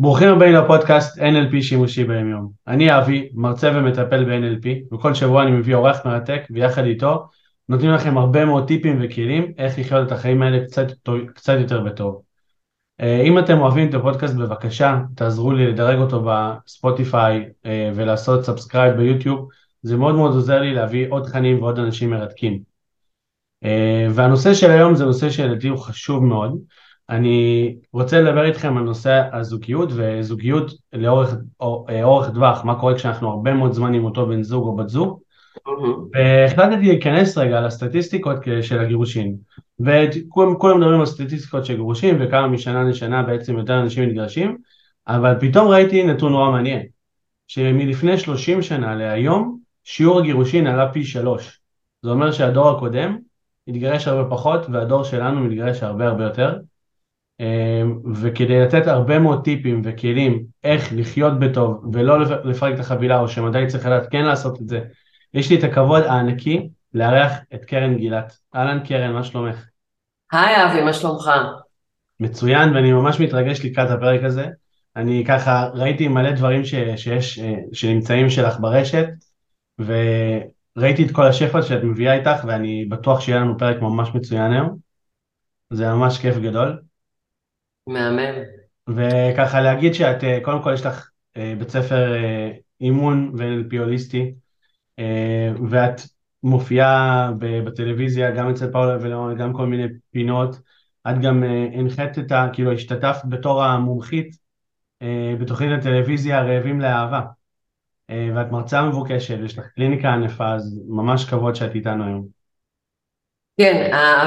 ברוכים הבאים לפודקאסט NLP שימושי ביום. אני אבי, מרצה ומטפל ב-NLP, וכל שבוע אני מביא אורח מרתק, ויחד איתו נותנים לכם הרבה מאוד טיפים וכלים איך לחיות את החיים האלה קצת יותר בטוב. אם אתם אוהבים את הפודקאסט, בבקשה, תעזרו לי לדרג אותו בספוטיפיי ולעשות סאבסקרייב ביוטיוב. זה מאוד מאוד עוזר לי להביא עוד תכנים ועוד אנשים מרתקים. והנושא של היום זה נושא שלדעתי הוא חשוב מאוד. אני רוצה לדבר איתכם על נושא הזוגיות וזוגיות אורך טווח, מה קורה כשאנחנו הרבה מאוד זמן עם אותו בן זוג או בת זוג. והחלטתי להיכנס רגע לסטטיסטיקות של הגירושין, וכולם מדברים על סטטיסטיקות של גירושין וכמה משנה לשנה בעצם יותר אנשים מתגרשים, אבל פתאום ראיתי נתון נורא מעניין, שמלפני 30 שנה להיום שיעור הגירושין עלה פי 3. זה אומר שהדור הקודם מתגרש הרבה פחות והדור שלנו מתגרש הרבה הרבה יותר. וכדי לתת הרבה מאוד טיפים וכלים איך לחיות בטוב ולא לפרק את החבילה, או שמדי צריך לדעת כן לעשות את זה, יש לי את הכבוד הענקי לארח את קרן גילת. אהלן קרן, מה שלומך? היי אבי, מה שלומך? מצוין, ואני ממש מתרגש לקראת הפרק הזה. אני ככה ראיתי מלא דברים שנמצאים שלך ברשת, וראיתי את כל השפע שאת מביאה איתך, ואני בטוח שיהיה לנו פרק ממש מצוין היום. זה ממש כיף גדול. מהמם. וככה להגיד שאת, קודם כל יש לך בית ספר אימון ו-NLP הוליסטי, ואת מופיעה בטלוויזיה, גם אצל פאולה ולאון, גם כל מיני פינות. את גם הנחית כאילו השתתפת בתור המומחית בתוכנית הטלוויזיה רעבים לאהבה, ואת מרצה מבוקשת, יש לך קליניקה ענפה, אז ממש כבוד שאת איתנו היום. כן,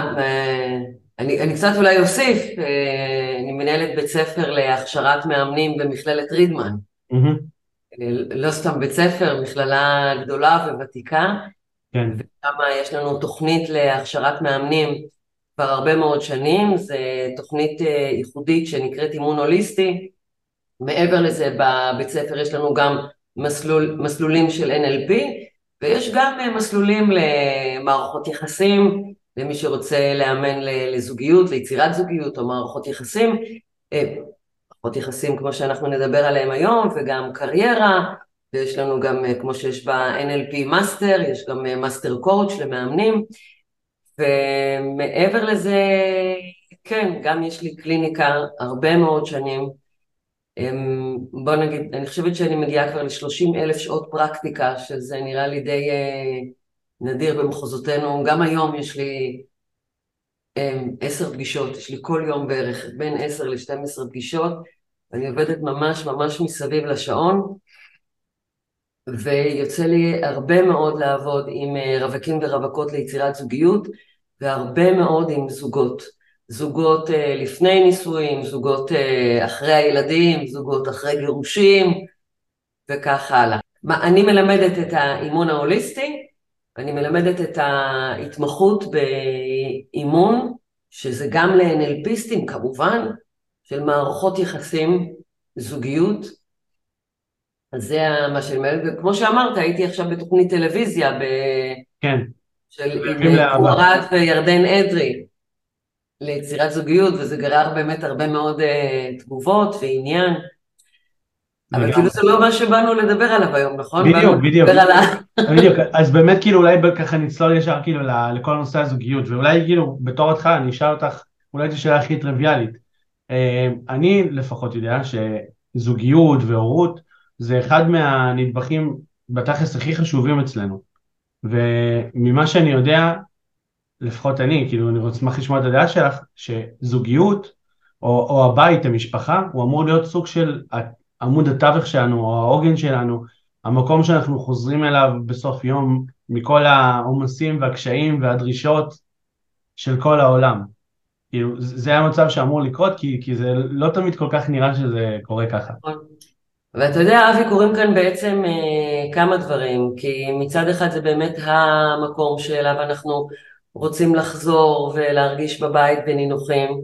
אני קצת אולי אוסיף, אני מנהלת בית ספר להכשרת מאמנים במכללת רידמן. מהמם. לא סתם בית ספר, מכללה גדולה וותיקה, כן. ושם יש לנו תוכנית להכשרת מאמנים כבר הרבה מאוד שנים. זו תוכנית ייחודית שנקראת אימון הוליסטי. מעבר לזה, בבית ספר יש לנו גם מסלולים של NLP, ויש גם מסלולים למערכות יחסים, למי שרוצה לאמן לזוגיות, ליצירת זוגיות או מערכות יחסים, מערכות יחסים כמו שאנחנו נדבר עליהם היום, וגם קריירה, ויש לנו גם, כמו שיש ב-NLP מאסטר, יש גם מאסטר קואוץ' למאמנים, ומעבר לזה, כן, גם יש לי קליניקה הרבה מאוד שנים. בוא נגיד, אני חושבת שאני מגיעה כבר ל-30,000 שעות פרקטיקה, שזה נראה לי די נדיר במחוזותינו. גם היום יש לי 10 פגישות, יש לי כל יום בערך בין 10 ל-12 פגישות, אני עובדת ממש ממש מסביב לשעון, ויוצא לי הרבה מאוד לעבוד עם רווקים ורווקות ליצירת זוגיות, והרבה מאוד עם זוגות. זוגות לפני נישואים, זוגות אחרי הילדים, זוגות אחרי גירושים, וכך הלאה. אני מלמדת את האימון ההוליסטי, אני מלמדת את ההתמחות באימון, שזה גם ל-NLPיסטים כמובן, של מערכות יחסים, זוגיות. אז זה מה שאני מלמדת, וכמו שאמרת, הייתי עכשיו בתוכנית טלוויזיה כן. עם רעבים לאהבה. קורת וירדן אדרי, ליצירת זוגיות, וזה גרר באמת הרבה מאוד תגובות ועניין, אבל כאילו לגמרי. זה לא מה שבאנו לדבר עליו היום, נכון? באנו בדיוק, בדיוק. לדבר על בדיוק, אז באמת כאילו אולי ככה נצלול ישר כאילו לכל נושא הזוגיות, ואולי כאילו בתור התחלה אני אשאל אותך אולי את השאלה הכי טריוויאלית. אני לפחות יודע שזוגיות והורות זה אחד מהנדבכים בתכלס הכי חשובים אצלנו, וממה שאני יודע, לפחות אני, כאילו אני רוצה לשמוע את הדעה שלך, שזוגיות או הבית, המשפחה, הוא אמור להיות סוג של עמוד התווך שלנו או העוגן שלנו, המקום שאנחנו חוזרים אליו בסוף יום מכל העומסים והקשיים והדרישות של כל העולם. כאילו, זה המצב שאמור לקרות, כי זה לא תמיד כל כך נראה שזה קורה ככה. ואתה יודע, אבי, קוראים כאן בעצם כמה דברים, כי מצד אחד זה באמת המקום שאליו אנחנו רוצים לחזור ולהרגיש בבית ונינוחים,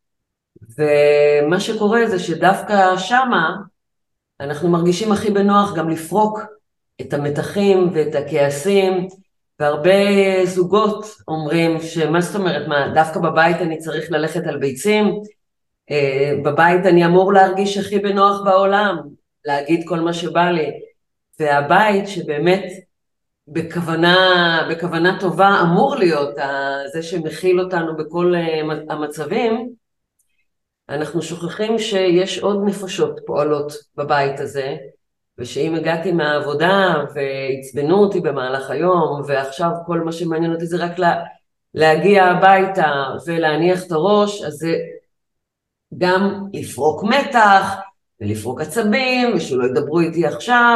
ומה שקורה זה שדווקא שמה אנחנו מרגישים הכי בנוח גם לפרוק את המתחים ואת הכעסים, והרבה זוגות אומרים שמה זאת אומרת, מה, דווקא בבית אני צריך ללכת על ביצים, בבית אני אמור להרגיש הכי בנוח בעולם, להגיד כל מה שבא לי, והבית שבאמת בכוונה טובה אמור להיות זה שמכיל אותנו בכל המצבים, אנחנו שוכחים שיש עוד נפשות פועלות בבית הזה, ושאם הגעתי מהעבודה והצבנו אותי במהלך היום, ועכשיו כל מה שמעניין אותי זה רק להגיע הביתה ולהניח את הראש, אז זה גם לפרוק מתח ולפרוק עצבים, ושלא ידברו איתי עכשיו,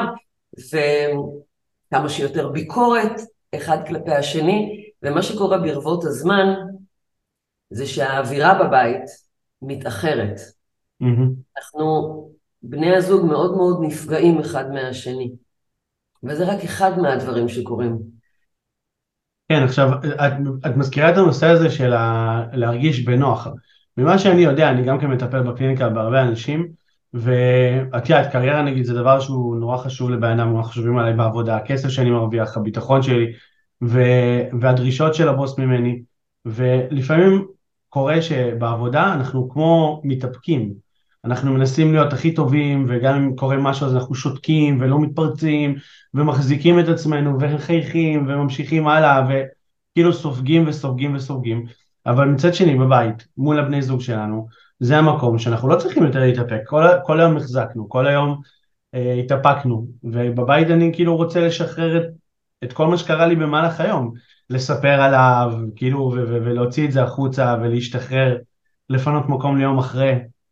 וכמה שיותר ביקורת אחד כלפי השני, ומה שקורה ברבות הזמן זה שהאווירה בבית מתאחרת. אנחנו, בני הזוג מאוד מאוד נפגעים אחד מהשני, וזה רק אחד מהדברים שקורים. כן, עכשיו, את מזכירה את הנושא הזה של להרגיש בנוח. ממה שאני יודע, אני גם כמטפל בקליניקה בהרבה אנשים, ואת יודעת, קריירה נגיד זה דבר שהוא נורא חשוב לבן אדם, נורא חשובים עליי בעבודה, הכסף שאני מרוויח, הביטחון שלי, והדרישות של הבוס ממני, ולפעמים קורה שבעבודה אנחנו כמו מתאפקים, אנחנו מנסים להיות הכי טובים, וגם אם קורה משהו אז אנחנו שותקים ולא מתפרצים, ומחזיקים את עצמנו וחייכים וממשיכים הלאה וכאילו סופגים וסופגים וסופגים, אבל מצד שני בבית מול הבני זוג שלנו זה המקום שאנחנו לא צריכים יותר להתאפק, כל היום החזקנו, כל היום התאפקנו, ובבית אני כאילו רוצה לשחרר את כל מה שקרה לי במהלך היום, לספר עליו כאילו ולהוציא את זה החוצה ולהשתחרר, לפנות מקום ליום אחרי.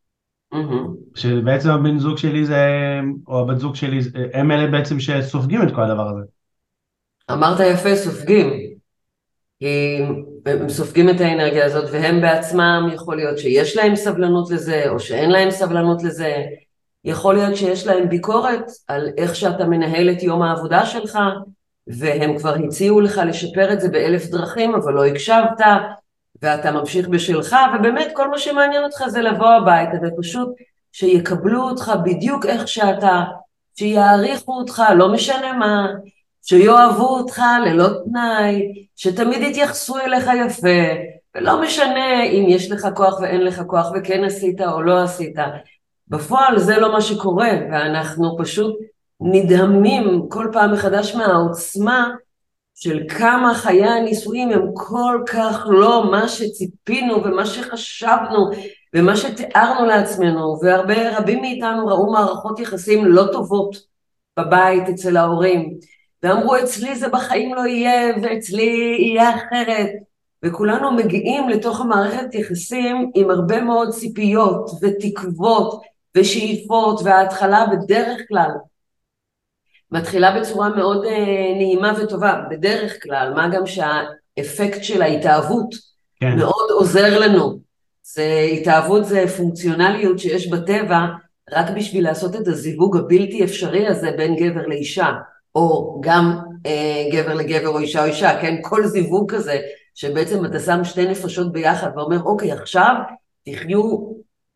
שבעצם הבן זוג שלי זה, או הבת זוג שלי, הם אלה בעצם שסופגים את כל הדבר הזה. אמרת יפה, סופגים. כי הם סופגים את האנרגיה הזאת, והם בעצמם יכול להיות שיש להם סבלנות לזה, או שאין להם סבלנות לזה. יכול להיות שיש להם ביקורת על איך שאתה מנהל את יום העבודה שלך, והם כבר הציעו לך לשפר את זה באלף דרכים, אבל לא הקשבת, ואתה ממשיך בשלך, ובאמת כל מה שמעניין אותך זה לבוא הביתה, ופשוט שיקבלו אותך בדיוק איך שאתה, שיעריכו אותך, לא משנה מה, שיאהבו אותך ללא תנאי, שתמיד יתייחסו אליך יפה, ולא משנה אם יש לך כוח ואין לך כוח, וכן עשית או לא עשית. בפועל זה לא מה שקורה, ואנחנו פשוט נדהמים כל פעם מחדש מהעוצמה, של כמה חיי הנישואים הם כל כך לא מה שציפינו ומה שחשבנו ומה שתיארנו לעצמנו, רבים מאיתנו ראו מערכות יחסים לא טובות בבית אצל ההורים, ואמרו אצלי זה בחיים לא יהיה ואצלי יהיה אחרת, וכולנו מגיעים לתוך המערכת יחסים עם הרבה מאוד ציפיות ותקוות ושאיפות, וההתחלה בדרך כלל מתחילה בצורה מאוד נעימה וטובה, בדרך כלל, מה גם שהאפקט של ההתאהבות כן. מאוד עוזר לנו. התאהבות זה פונקציונליות שיש בטבע, רק בשביל לעשות את הזיווג הבלתי אפשרי הזה בין גבר לאישה, או גם גבר לגבר או אישה או אישה, כן? כל זיווג כזה, שבעצם אתה שם שתי נפשות ביחד ואומר, אוקיי, עכשיו תחיו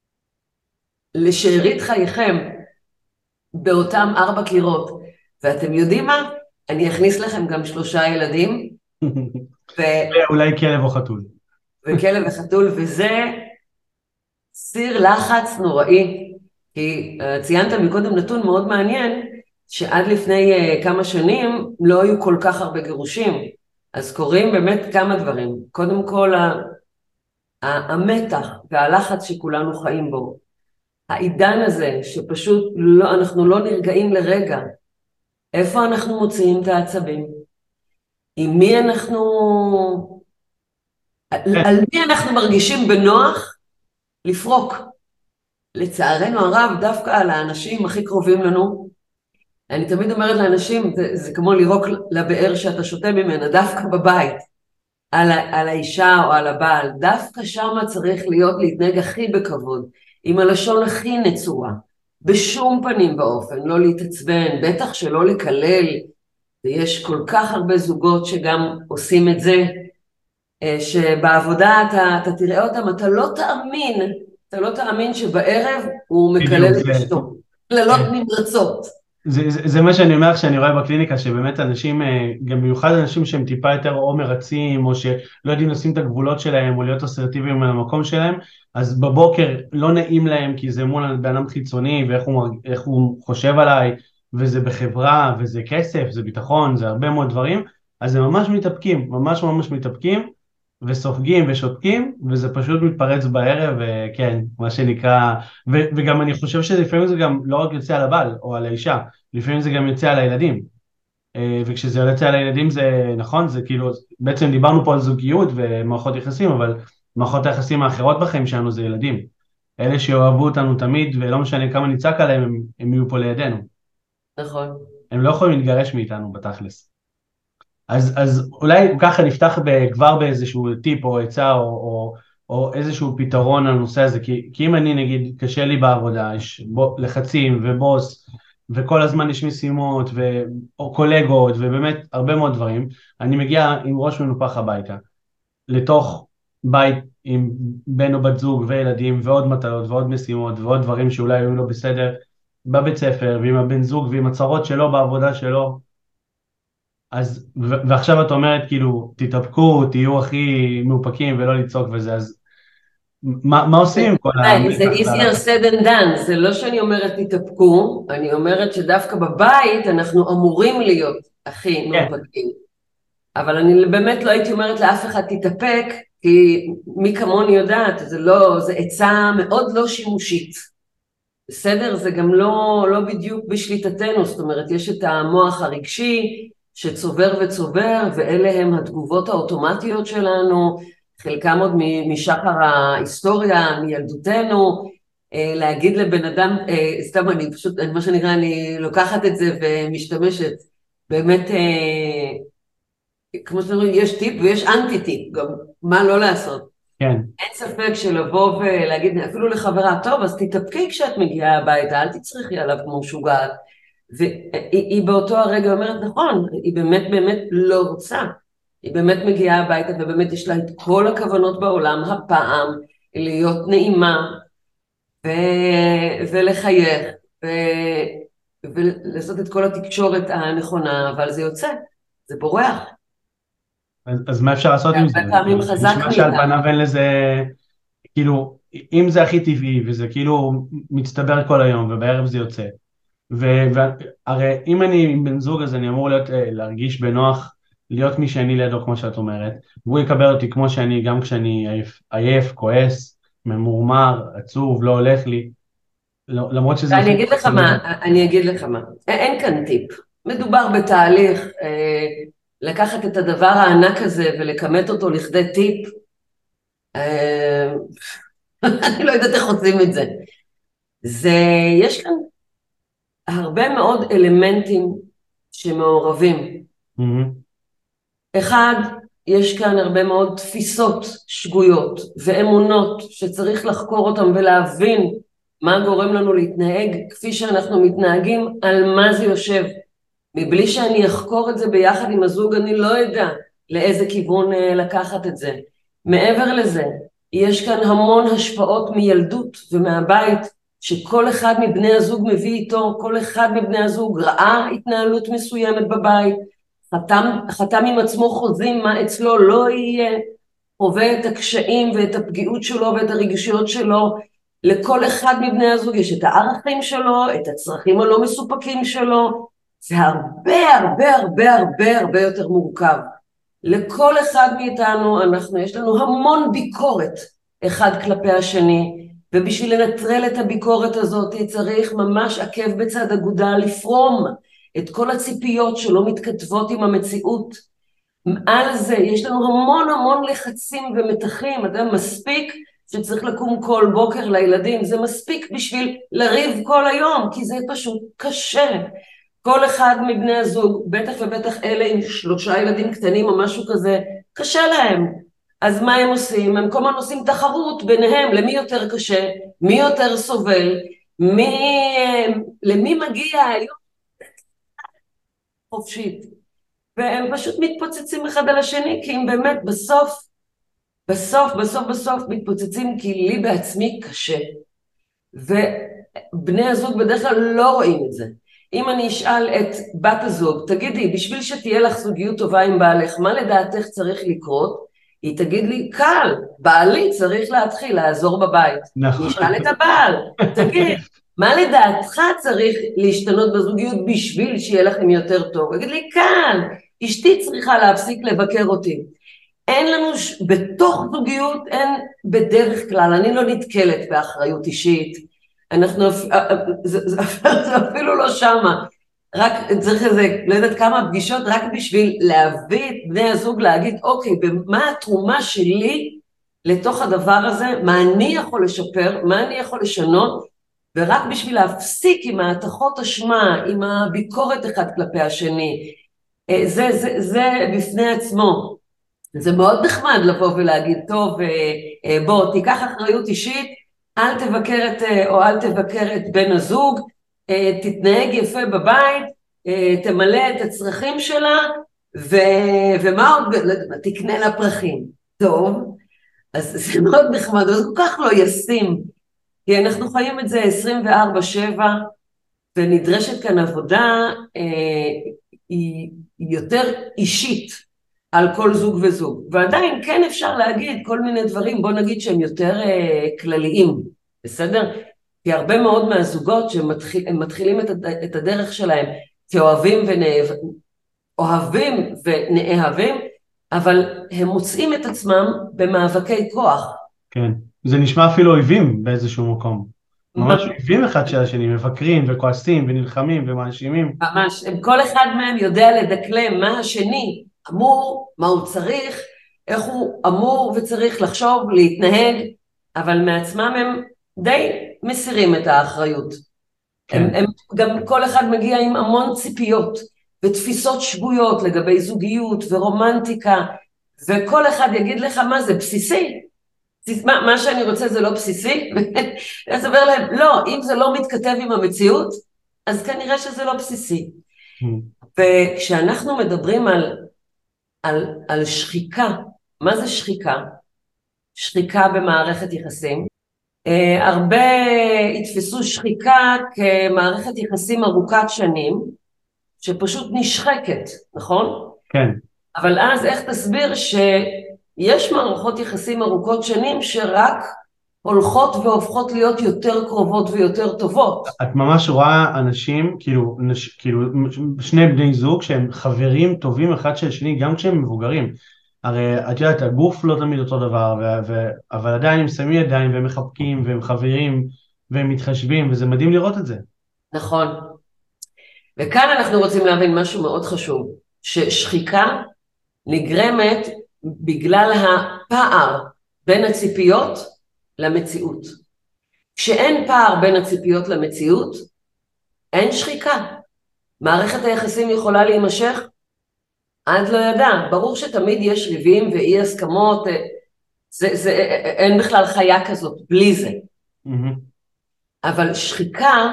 לשארית חייכם באותם 4 קירות, ואתם יודעים מה? אני אכניס לכם גם 3 ילדים. אולי כלב או חתול. וכלב וחתול, וזה סיר לחץ נוראי. כי ציינת מקודם נתון מאוד מעניין, שעד לפני כמה שנים לא היו כל כך הרבה גירושים. אז קוראים באמת כמה דברים. קודם כל, המתח והלחץ שכולנו חיים בו. העידן הזה שפשוט אנחנו לא נרגעים לרגע. איפה אנחנו מוציאים את העצבים? עם מי על מי אנחנו מרגישים בנוח לפרוק? לצערנו הרב, דווקא על האנשים הכי קרובים לנו. אני תמיד אומרת לאנשים, זה כמו לירוק לבאר שאתה שותה ממנה, דווקא בבית, על האישה או על הבעל, דווקא שם צריך להתנהג הכי בכבוד, עם הלשון הכי נצורה, בשום פנים באופן, לא להתעצבן, בטח שלא לקלל, ויש כל כך הרבה זוגות שגם עושים את זה, שבעבודה אתה תראה אותם, אתה לא תאמין שבערב הוא מקלל את אשתו, קללות נמרצות. זה מה שאני אומר שאני רואה בקליניקה, שבאמת אנשים, גם במיוחד אנשים שהם טיפה יותר או מרצים, או שלא יודעים לשים את הגבולות שלהם, או להיות אסרטיביים על המקום שלהם, אז בבוקר לא נעים להם, כי זה מול בן אדם חיצוני, איך הוא חושב עליי, וזה בחברה, וזה כסף, זה ביטחון, זה הרבה מאוד דברים, אז הם ממש מתאפקים, ממש ממש מתאפקים, וסופגים ושותקים, וזה פשוט מתפרץ בערב, כן, מה שנקרא, וגם אני חושב שלפעמים זה גם לא רק יוצא על הבעל או על האישה, לפעמים זה גם יוצא על הילדים, וכשזה יוצא על הילדים זה נכון, זה כאילו, בעצם דיברנו פה על זוגיות ומערכות יחסים, אבל מערכות היחסים האחרות בחיים שלנו זה ילדים, אלה שאוהבו אותנו תמיד, ולא משנה כמה נצעק עליהם, הם יהיו פה לידינו, נכון. הם לא יכולים להתגרש מאיתנו בתכלס. אז אולי ככה נפתח כבר באיזשהו טיפ או עצה או איזשהו פתרון על הנושא הזה, כי אם אני נגיד קשה לי בעבודה, יש לחצים ובוס וכל הזמן יש משימות או קולגות ובאמת הרבה מאוד דברים, אני מגיע עם ראש מנופח הביתה, לתוך בית עם בן או בת זוג וילדים ועוד מטלות ועוד משימות ועוד דברים שאולי היו לו בסדר בבית ספר ועם הבן זוג ועם הצרות שלו בעבודה שלו, אז, ועכשיו את אומרת כאילו, תתאפקו, תהיו הכי מאופקים ולא לצעוק וזה, אז מה עושים עם כל זה המתח easier והלחץ? said than done, זה לא שאני אומרת תתאפקו, אני אומרת שדווקא בבית אנחנו אמורים להיות הכי כן, מאופקים. אבל אני באמת לא הייתי אומרת לאף אחד תתאפק, כי מי כמוני יודעת, זה עצה מאוד לא שימושית. בסדר? זה גם לא בדיוק בשליטתנו, זאת אומרת, יש את המוח הרגשי שצובר וצובר, ואלה הם התגובות האוטומטיות שלנו, חלקם עוד משחר ההיסטוריה, מילדותנו, להגיד לבן אדם, סתם אני פשוט, מה שנקרא, אני לוקחת את זה ומשתמשת, באמת, כמו שאתם אומרים, יש טיפ ויש אנטי טיפ, גם מה לא לעשות. כן, אין ספק שלבוא ולהגיד, אפילו לחברה, טוב, אז תתאפקי כשאת מגיעה הביתה, אל תצריכי עליו כמו משוגעת. והיא באותו הרגע אומרת, נכון, היא באמת באמת לא רוצה. היא באמת מגיעה הביתה ובאמת יש לה את כל הכוונות בעולם, הפעם, להיות נעימה ולחייך ולעשות את כל התקשורת הנכונה, אבל זה יוצא, זה בורח. אז מה אפשר לעשות זה עם זה? הרבה פעמים זה חזק נשמע שעל מאיתנו. פניו אין לזה, כאילו, אם זה הכי טבעי וזה כאילו מצטבר כל היום ובערב זה יוצא, והרי אם אני עם בן זוג אז אני אמור להרגיש בנוח, להיות מי שאני לידו כמו שאת אומרת, והוא יקבל אותי כמו שאני גם כשאני עייף, כועס, ממורמר, עצוב, לא הולך לי, למרות שזה אני לפעמים אגיד לך חוסר מה, נוחות. אני אגיד לך מה, אין כאן טיפ. מדובר בתהליך, לקחת את הדבר הענק הזה ולכמת אותו לכדי טיפ, אה, אני לא יודעת איך עושים את זה. יש כאן הרבה מאוד אלמנטים שמעורבים. מהמם. אחד, יש כאן הרבה מאוד תפיסות שגויות ואמונות שצריך לחקור אותם ולהבין מה גורם לנו להתנהג כפי שאנחנו מתנהגים, על מה זה יושב. מבלי שאני אחקור את זה ביחד עם הזוג, אני לא יודע לאיזה כיוון לקחת את זה. מעבר לזה, יש כאן המון השפעות מילדות ומהבית, שכל אחד מבני הזוג מביא איתו, כל אחד מבני הזוג ראה התנהלות מסוימת בבית, חתם עם עצמו חוזים מה אצלו לא יהיה, חווה את הקשיים ואת הפגיעות שלו ואת הרגישויות שלו. לכל אחד מבני הזוג יש את הערכים שלו, את הצרכים הלא מסופקים שלו. זה הרבה הרבה הרבה הרבה הרבה יותר מורכב. לכל אחד מאיתנו יש לנו המון ביקורת אחד כלפי השני, ובשביל לנטרל את הביקורת הזאת צריך ממש עקב בצד אגודל לפרום את כל הציפיות שלא מתכתבות עם המציאות. על זה יש לנו המון המון לחצים ומתחים, אתה יודע, מספיק שצריך לקום כל בוקר לילדים, זה מספיק בשביל לריב כל היום, כי זה פשוט קשה. כל אחד מבני הזוג, בטח ובטח אלה עם 3 ילדים קטנים או משהו כזה, קשה להם. אז מה הם עושים? הם כל הזמן עושים תחרות ביניהם, למי יותר קשה, מי יותר סובל, למי מגיע היום חופשית. והם פשוט מתפוצצים אחד על השני, כי הם באמת בסוף מתפוצצים, כי לי בעצמי קשה. ובני הזוג בדרך כלל לא רואים את זה. אם אני אשאל את בת הזוג, תגידי, בשביל שתהיה לך זוגיות טובה עם בעלך, מה לדעתך צריך לקרות? היא תגיד לי, קל, בעלי צריך להתחיל לעזור בבית. נכון. נשאל את הבעל, תגיד, מה לדעתך צריך להשתנות בזוגיות בשביל שיהיה לכם יותר טוב? הוא יגיד לי, קל, אשתי צריכה להפסיק לבקר אותי. אין לנו, בתוך זוגיות אין בדרך כלל, אני לא נתקלת באחריות אישית, אנחנו, זה אפילו לא שמה, רק צריך איזה, לא יודעת כמה פגישות, רק בשביל להביא את בני הזוג להגיד, אוקיי, מה התרומה שלי לתוך הדבר הזה, מה אני יכול לשפר, מה אני יכול לשנות, ורק בשביל להפסיק עם ההתחות אשמה, עם הביקורת אחד כלפי השני, זה בפני עצמו. זה מאוד נחמד לבוא ולהגיד, טוב, בוא, תיקח אחריות אישית, אל תבקר את בן הזוג, תתנהג יפה בבית, תמלא את הצרכים שלה, ומה עוד, תקנה לה פרחים. טוב, אז זה מאוד נחמד, זה כל כך לא ישים, כי אנחנו חיים את זה 24/7, ונדרשת כאן עבודה, היא יותר אישית, על כל זוג וזוג, ועדיין כן אפשר להגיד כל מיני דברים, בוא נגיד שהם יותר כלליים, בסדר? כי הרבה מאוד מהזוגות שהם מתחילים את הדרך שלהם כאוהבים ונאהבים, אבל הם מוצאים את עצמם במאבקי כוח. כן, זה נשמע אפילו אויבים באיזשהו מקום. ממש אויבים אחד של השני, מבקרים וכועסים ונלחמים ומאשימים. ממש, כל אחד מהם יודע לדקלם מה השני אמור, מה הוא צריך, איך הוא אמור וצריך לחשוב, להתנהג, אבל מעצמם הם די מסירים את האחריות. כן. הם גם כל אחד מגיע עם המון ציפיות ותפיסות שבויות לגבי זוגיות ורומנטיקה, וכל אחד יגיד לך מה זה בסיסי, מה שאני רוצה זה לא בסיסי, ואסבר להם, לא, אם זה לא מתכתב עם המציאות, אז כנראה שזה לא בסיסי. וכשאנחנו מדברים על שחיקה, מה זה שחיקה? שחיקה במערכת יחסים. הרבה יתפסו שחיקה כמערכת יחסים ארוכת שנים, שפשוט נשחקת, נכון? כן. אבל אז איך תסביר שיש מערכות יחסים ארוכות שנים שרק הולכות והופכות להיות יותר קרובות ויותר טובות. את ממש רואה אנשים, כאילו שני בני זוג שהם חברים טובים אחד של שני, גם כשהם מבוגרים. הרי את יודעת, הגוף לא תמיד אותו דבר, אבל עדיין הם שמים ידיים והם מחבקים והם חברים והם מתחשבים, וזה מדהים לראות את זה. נכון. וכאן אנחנו רוצים להבין משהו מאוד חשוב, ששחיקה נגרמת בגלל הפער בין הציפיות למציאות. כשאין פער בין הציפיות למציאות, אין שחיקה. מערכת היחסים יכולה להימשך עד לא ידע. ברור שתמיד יש ריבים ואי הסכמות, אין בכלל חיה כזאת, בלי זה. אבל שחיקה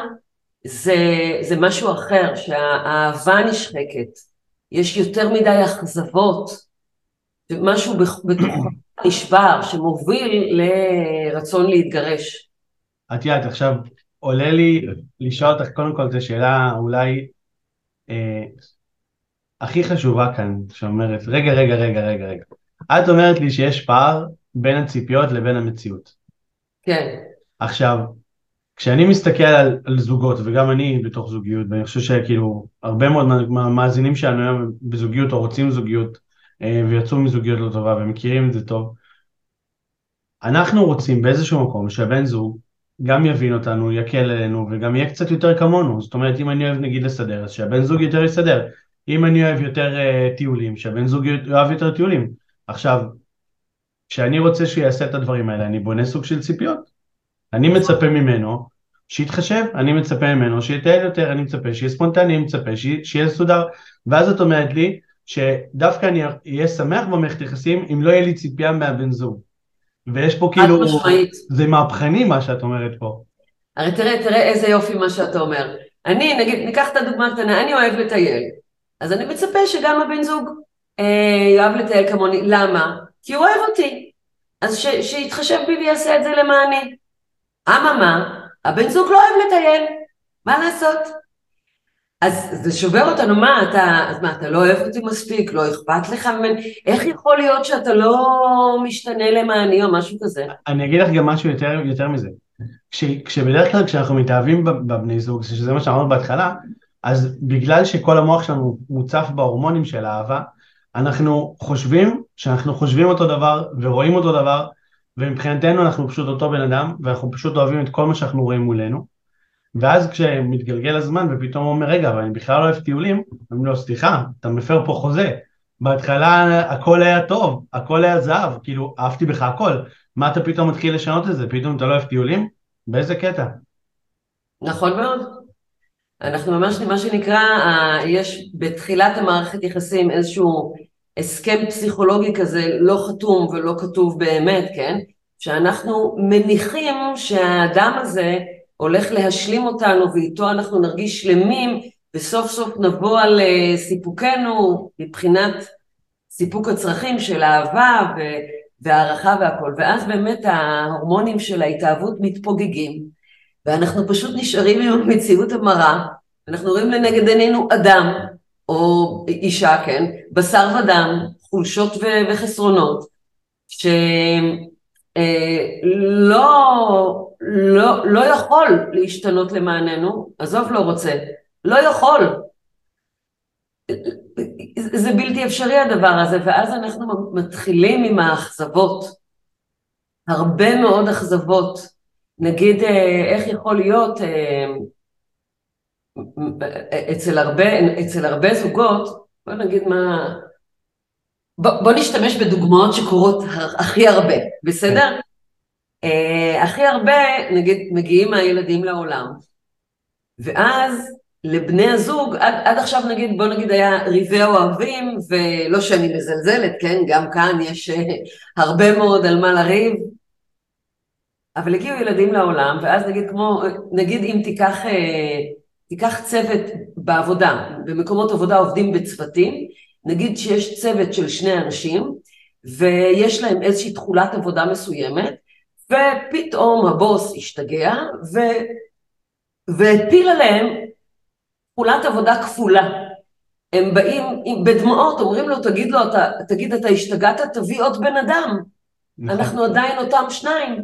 זה משהו אחר, שהאהבה נשחקת, יש יותר מדי אכזבות, משהו בתוך נשבר שמוביל לרצון להתגרש. את יודעת, עכשיו עולה לי לשאול אותך קודם כל את השאלה אולי הכי חשובה כאן, שאומרת, רגע. את אומרת לי שיש פער בין הציפיות לבין המציאות. כן. עכשיו, כשאני מסתכל על זוגות, וגם אני בתוך זוגיות, ואני חושב שכאילו הרבה מאוד מאזינים שלנו היום בזוגיות או רוצים זוגיות, ויצאו מזוגיות לא טובה ומכירים את זה טוב, אנחנו רוצים באיזשהו מקום שהבן זוג גם יבין אותנו, יקל עלינו, וגם יהיה קצת יותר כמונו. זאת אומרת, אם אני אוהב נגיד לסדר, אז שהבן זוג יותר יסדר. אם אני אוהב יותר טיולים, שהבן זוג אוהב יותר טיולים. עכשיו, כשאני רוצה שהוא יעשה את הדברים האלה, אני בונה סוג של ציפיות. אני מצפה ממנו שיתחשב, אני מצפה ממנו שיתעל יותר, אני מצפה שיהיה ספונטני, אני מצפה שיהיה סודר. ואז את אומרת לי שדווקא אני אהיה שמח במערכת יחסים אם לא יהיה לי ציפייה מהבן זוג. ויש פה כאילו, זה מהפכני מה שאת אומרת פה. הרי תראה איזה יופי מה שאתה אומר. אני, נגיד, ניקח את הדוגמה הקטנה, אני אוהב לטייל. אז אני מצפה שגם הבן זוג יאהב לטייל כמוני. למה? כי הוא אוהב אותי. אז שיתחשב בי ויעשה את זה למעני. אממה, הבן זוג לא אוהב לטייל. מה לעשות? אז זה שובר אותנו, אז מה, אתה לא אוהב אותי מספיק, לא אכפת לך ממני, איך יכול להיות שאתה לא משתנה למעני או משהו כזה? אני אגיד לך גם משהו יותר מזה. כשבדרך כלל כשאנחנו מתאהבים בבני זוג, שזה מה שאמרנו בהתחלה, אז בגלל שכל המוח שלנו מוצף בהורמונים של האהבה, אנחנו חושבים שאנחנו חושבים אותו דבר ורואים אותו דבר, ומבחינתנו אנחנו פשוט אותו בן אדם, ואנחנו פשוט אוהבים את כל מה שאנחנו רואים מולנו, ואז כשמתגלגל הזמן ופתאום הוא אומר, רגע, אבל אני בכלל לא אוהב טיולים, אומרים לו, סליחה, אתה מפר פה חוזה. בהתחלה הכל היה טוב, הכל היה זהב, כאילו, אהבתי בך הכל. מה אתה פתאום מתחיל לשנות את זה? פתאום אתה לא אוהב טיולים? באיזה קטע? נכון מאוד. אנחנו ממש, מה שנקרא, יש בתחילת המערכת יחסים איזשהו הסכם פסיכולוגי כזה, לא חתום ולא כתוב באמת, כן? שאנחנו מניחים שהאדם הזה הולך להשלים אותנו ואיתו אנחנו נרגיש שלמים, וסוף סוף נבוא על סיפוקנו מבחינת סיפוק הצרכים של אהבה והערכה והכל. ואז באמת ההורמונים של ההתאהבות מתפוגגים, ואנחנו פשוט נשארים עם המציאות המרה, אנחנו רואים לנגד עינינו אדם, או אישה, כן, בשר ודם, חולשות וחסרונות, לא יכול להשתנות למעננו, עזוב לא רוצה, לא יכול, זה בלתי אפשרי הדבר הזה, ואז אנחנו מתחילים עם האכזבות, הרבה מאוד אכזבות, נגיד איך יכול להיות אצל הרבה זוגות, בוא נגיד מה, בוא נשתמש בדוגמאות שקורות הכי הרבה, כן. בסדר? הכי הרבה, נגיד, מגיעים הילדים לעולם, ואז לבני הזוג, עד עכשיו נגיד, בוא נגיד היה ריבי אוהבים, ולא שאני מזלזלת, כן? גם כאן יש הרבה מאוד על מה לריב, אבל הגיעו ילדים לעולם, ואז נגיד כמו, נגיד אם תיקח צוות בעבודה, במקומות עבודה עובדים בצוותים, נגיד שיש צוות של 2 אנשים, ויש להם איזושהי תחולת עבודה מסוימת, ופתאום הבוס השתגע, והפיל עליהם תחולת עבודה כפולה. הם באים בדמעות, אומרים לו, תגיד, אתה השתגעת, תביא עוד בן אדם. נכון. אנחנו עדיין אותם 2.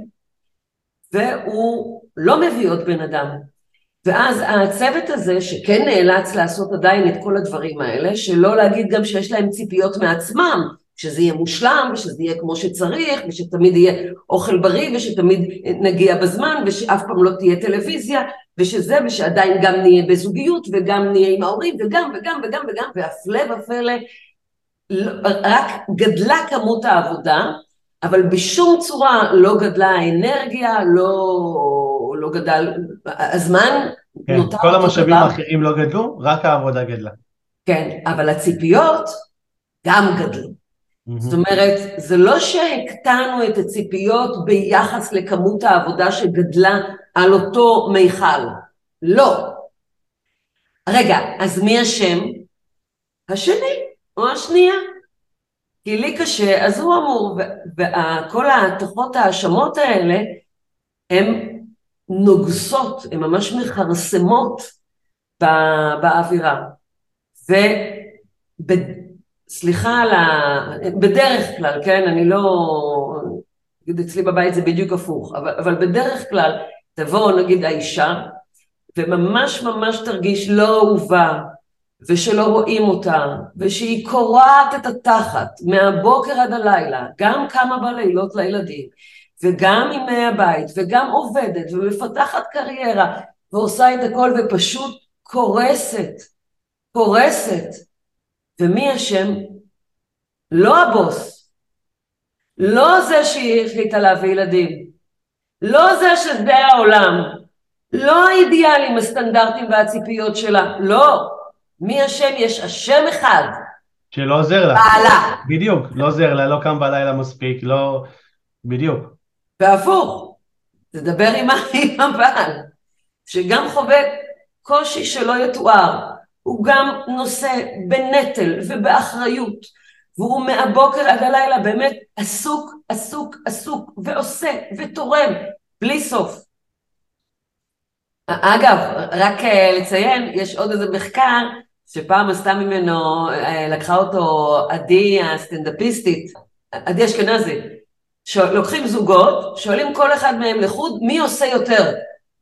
והוא לא מביא עוד בן אדם. ואז הצוות הזה, שכן נאלץ לעשות עדיין את כל הדברים האלה, שלא להגיד גם שיש להם ציפיות מעצמם, שזה יהיה מושלם, ושזה יהיה כמו שצריך, ושתמיד יהיה אוכל בריא, ושתמיד נגיע בזמן, ושאף פעם לא תהיה טלוויזיה, ושעדיין גם נהיה בזוגיות, וגם נהיה עם ההורים, וגם, והפלא ופלא, רק גדלה כמות העבודה, אבל בשום צורה לא גדלה האנרגיה, לא גדל, הזמן כן, נותר כל אותו המשאבים דבר. האחרים לא גדלו, רק העבודה גדלה. כן, אבל הציפיות גם גדלו. זאת מהמם. אומרת, זה לא שהקטנו את הציפיות ביחס לכמות העבודה שגדלה על אותו מיכל. לא. רגע, אז מי השם? השני או השנייה. כי לי קשה, אז הוא אמור, וכל ההתכות ההאשמות האלה, הן נוגסות, הן ממש מכרסמות באווירה. סליחה על בדרך כלל, כן, אני לא, נגיד אצלי בבית זה בדיוק הפוך, אבל בדרך כלל תבוא נגיד האישה, וממש ממש תרגיש לא אהובה, ושלא רואים אותה, ושהיא קורעת את התחת מהבוקר עד הלילה, גם קמה בלילות לילדים, וגם עם הבית, וגם עובדת, ומפתחת קריירה, ועושה את הכל ופשוט קורסת, קורסת. ומי השם? לא הבוס, לא זה שהיא החליטה להביא ילדים, לא זה שזה העולם, לא האידיאלים, הסטנדרטים והציפיות שלה, לא. מי השם? יש השם אחד, שלא עוזר לה. בעלה. בדיוק, לא עוזר לה, לא קם בלילה מספיק, לא... בדיוק. והפוך, תדבר עם הבעל, שגם חווה קושי שלא יתואר, הוא גם נושא בנטל ובאחריות, והוא מהבוקר עד הלילה באמת עסוק, עסוק, עסוק, ועושה ותורם, בלי סוף. אגב, רק לציין, יש עוד איזה מחקר שפעם עשתה ממנו, לקחה אותו עדי הסטנדאפיסטית, עדי אשכנזי, לוקחים זוגות, שואלים כל אחד מהם לחוד, מי עושה יותר?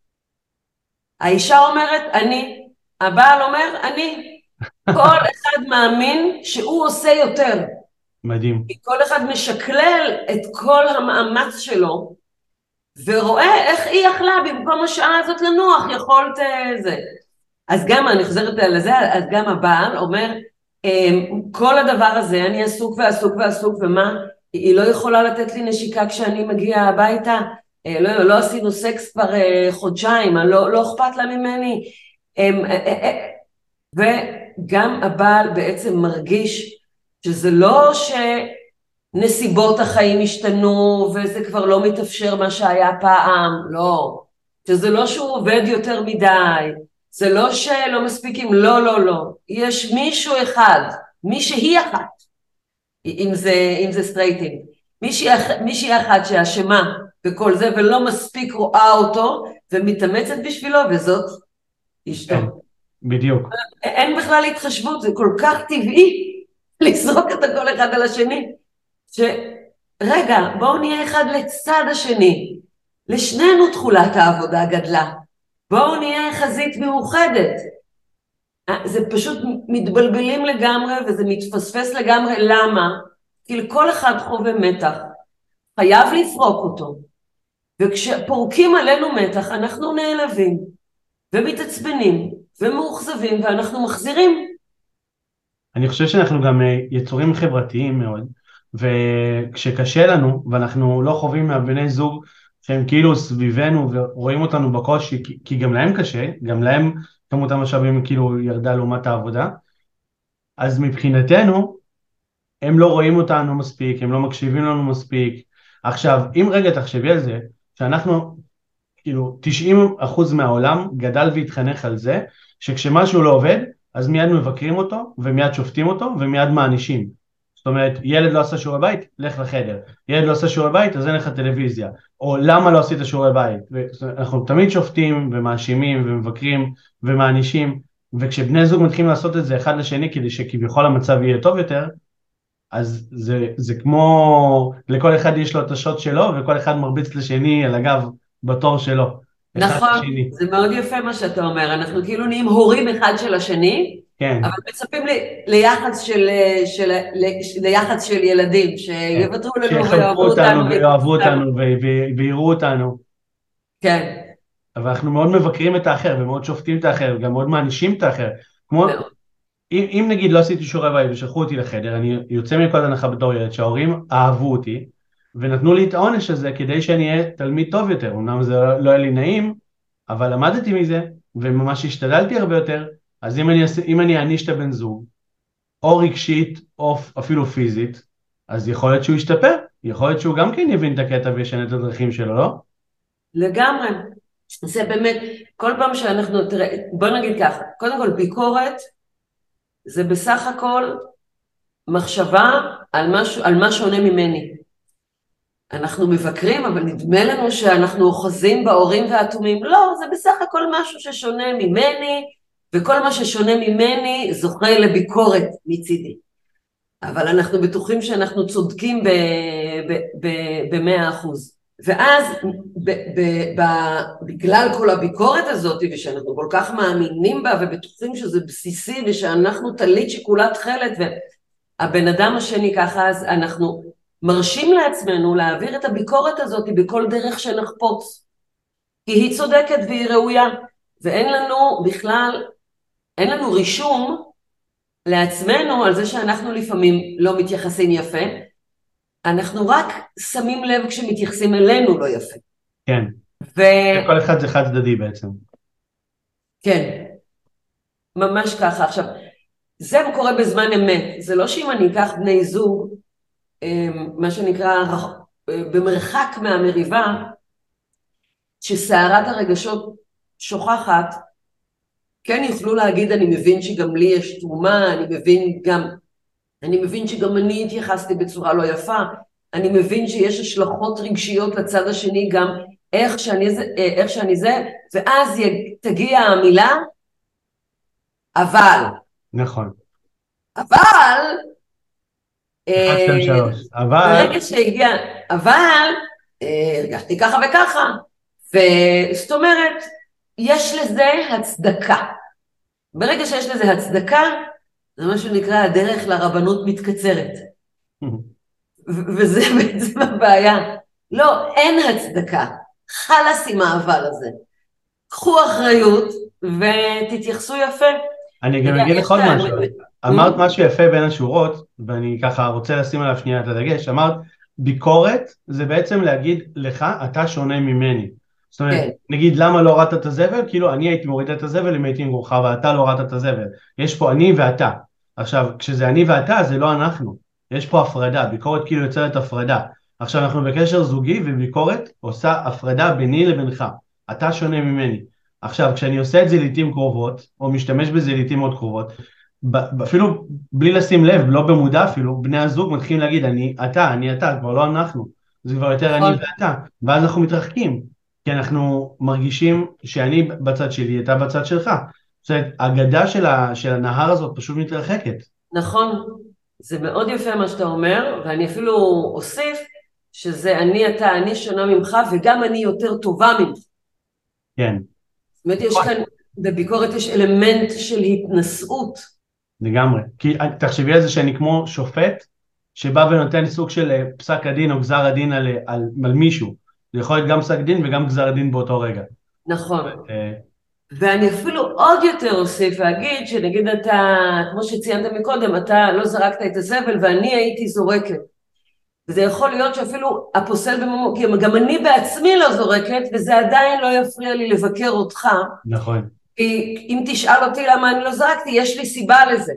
האישה אומרת, אני, הבעל אומר, אני. כל אחד מאמין שהוא עושה יותר. מדהים. כל אחד משקלל את כל המאמץ שלו, ורואה איך היא יכלה במקום השעה הזאת לנוח, יכולת זה. אז גם, אני חוזרת לזה, אז גם הבעל אומר, כל הדבר הזה, אני עסוק ועסוק ועסוק, ומה? היא לא יכולה לתת לי נשיקה כשאני מגיע הביתה, לא עשינו סקס כבר חודשיים, לא אכפת לה ממני, וגם הבעל בעצם מרגיש שזה לא שנסיבות החיים השתנו וזה כבר לא מתאפשר מה שהיה פעם, לא, שזה לא שהוא עובד יותר מדי, זה לא שלא מספיקים, לא, יש מישהו אחד, מישהי אחת, אם זה סטרייטים, מישהי אחת שאשמה בכל זה ולא מספיק רואה אותו ומתאמצת בשבילו, וזאת אשתו. כן, בדיוק. אין בכלל התחשבות, זה כל כך טבעי לזרוק את הכל אחד על השני, שרגע, בואו נהיה אחד לצד השני, לשנינו תחולת העבודה גדלה, בואו נהיה חזית מאוחדת. זה פשוט מתבלבלים לגמרי וזה מתפספס לגמרי. למה? כי לכל אחד חווה מתח, חייב לפרוק אותו, וכשפורקים עלינו מתח אנחנו נעלבים ומתעצבנים ומאוכזבים ואנחנו מחזירים. אני חושב שאנחנו גם יצורים חברתיים מאוד, וכשקשה לנו ואנחנו לא חווים מהבני זוג שהם כאילו סביבנו ורואים אותנו בקושי, כי גם להם קשה, גם להם כמות המשאבים כאילו ירדה לעומת העבודה, אז מבחינתנו הם לא רואים אותנו מספיק, הם לא מקשיבים לנו מספיק. עכשיו, אם רגע תחשבי על זה, שאנחנו כאילו 90% מהעולם גדל והתחנך על זה, שכשמשהו לא עובד, אז מיד מבקרים אותו, ומיד שופטים אותו, ומיד מענישים. זאת אומרת, ילד לא עשה שיעורי בית, לך לחדר. ילד לא עשה שיעורי בית, אז אין לך טלוויזיה. או למה לא עשית שיעורי בית? אנחנו תמיד שופטים ומאשימים ומבקרים ומענישים, וכשבני זוג מתחילים לעשות את זה אחד לשני, כדי שכביכול המצב יהיה טוב יותר, אז זה כמו, לכל אחד יש לו את השוט שלו, וכל אחד מרביץ לשני על הגב בתור שלו. נכון, זה מאוד יפה מה שאתה אומר, אנחנו כאילו נהיים הורים אחד של השני, כן. אבל מצפים ליחס של ילדים, שיוותרו לנו שיחבקו אותנו ויאהבו אותנו ויראו אותנו. כן. אבל אנחנו מאוד מבקרים את האחר ומאוד שופטים את האחר, וגם מאוד מענישים את האחר. כמו, אם נגיד לא עשיתי שיעורי בית ושלחו אותי לחדר, אני יוצא מכל הנחה בתור ילד שההורים אהבו אותי, ונתנו לי את העונש הזה כדי שאני אהיה תלמיד טוב יותר. אמנם זה לא היה לי נעים, אבל למדתי מזה, וממש השתדלתי הרבה יותר. אז אם אני אעניש את הבן זוג, או רגשית, או אפילו פיזית, אז יכול להיות שהוא ישתפר, יכול להיות שהוא גם כן יבין את הקטע וישנה את הדרכים שלו, לא? לגמרי. זה באמת, כל פעם שאנחנו, תראה, בוא נגיד ככה, קודם כל ביקורת, זה בסך הכל מחשבה על מה שונה ממני. אנחנו מבקרים, אבל נדמה לנו שאנחנו אוחזים באורים והאטומים. לא, זה בסך הכל משהו ששונה ממני, וכל מה ששונה ממני זוכה לביקורת מצידי. אבל אנחנו בטוחים שאנחנו צודקים ב100%. ואז בגלל כל הביקורת הזאת, ושאנחנו כל כך מאמינים בה ובטוחים שזה בסיסי, ושאנחנו תלית שיקולת חלת, והבן אדם השני ככה, אז אנחנו מרשים לעצמנו להעביר את הביקורת הזאת בכל דרך שנחפוץ, כי היא צודקת והיא ראויה, ואין לנו בכלל, אין לנו רישום לעצמנו על זה שאנחנו לפעמים לא מתייחסים יפה, אנחנו רק שמים לב כשמתייחסים אלינו לא יפה. כן, כל אחד זה חד צדדי בעצם. כן, ממש ככה. עכשיו, זה קורה בזמן אמת, זה לא שאם אני אקח בני זוג, מה שנקרא במרחק מהמריבה, שסערת הרגשות שוכחת, כן יוכלו להגיד אני מבין שגם לי יש תרומה, אני מבין שגם אני התייחסתי בצורה לא יפה, אני מבין שיש השלכות רגשיות לצד השני גם איך שאני זה, ואז תגיע המילה, אבל. נכון. אבל, אחד, שתיים, אה, שלוש. אבל, ברגע שהגיע, אבל, הרגשתי ככה וככה, וזאת אומרת, יש לזה הצדקה. ברגע שיש לזה הצדקה, זה מה שנקרא הדרך לרבנות מתקצרת. וזה בעצם הבעיה. לא, אין הצדקה. חלאס עם האבל הזה. קחו אחריות ותתייחסו יפה. אני אתה גם יודע, אגיד לך יש עוד כאן... משהו. אמרת משהו יפה בין השורות, ואני ככה רוצה לשים עליו שנייה את הדגש. אמרת, ביקורת זה בעצם להגיד לך, אתה שונה ממני. זאת אומרת, כן, נגיד, למה לא הורדת את הזבל? כאילו, אני הייתי מוריד את הזבל אם הייתי עם רוחך, ואתה לא הורדת את הזבל. יש פה אני ואתה. עכשיו, כשזה אני ואתה, זה לא אנחנו. יש פה הפרדה. ביקורת כאילו יוצרת הפרדה. עכשיו, אנחנו בקשר זוגי, וביקורת עושה הפרדה ביני לבינך. אתה שונה ממני. עכשיו, כשאני עושה את זה לעתים קרובות, או משתמש בזה לעתים מאוד קרובות, אפילו בלי לשים לב, לא במודע אפילו, בני הזוג מתחילים להגיד, אני אתה, כבר לא אנחנו. זה כבר יותר אני נכון. ואתה. ואז אנחנו מתרחקים, כי אנחנו מרגישים שאני בצד שלי, אתה בצד שלך. זאת אומרת, הגדה של הנהר הזאת פשוט מתרחקת. נכון. זה מאוד יפה מה שאתה אומר, ואני אפילו אוסיף שזה אני אתה, אני שונה ממך, וגם אני יותר טובה ממך. כן, זאת אומרת, יש כאן, בביקורת יש אלמנט של התנשאות. לגמרי. כי תחשבי על זה שאני כמו שופט, שבא ונותן סוג של פסק הדין או גזר הדין על מישהו. זה יכול להיות גם פסק דין וגם גזר הדין באותו רגע. נכון. אה, ואני אפילו עוד יותר אוסיף ואגיד שנגיד אתה, כמו שציינת מקודם, אתה לא זרקת את הזבל ואני הייתי זורקת. וזה יכול להיות שאפילו הפוסל במומו, כי גם אני בעצמי לא זורקת, וזה עדיין לא יפריע לי לבקר אותך. נכון. כי אם תשאל אותי למה אני לא זרקתי, יש לי סיבה לזה.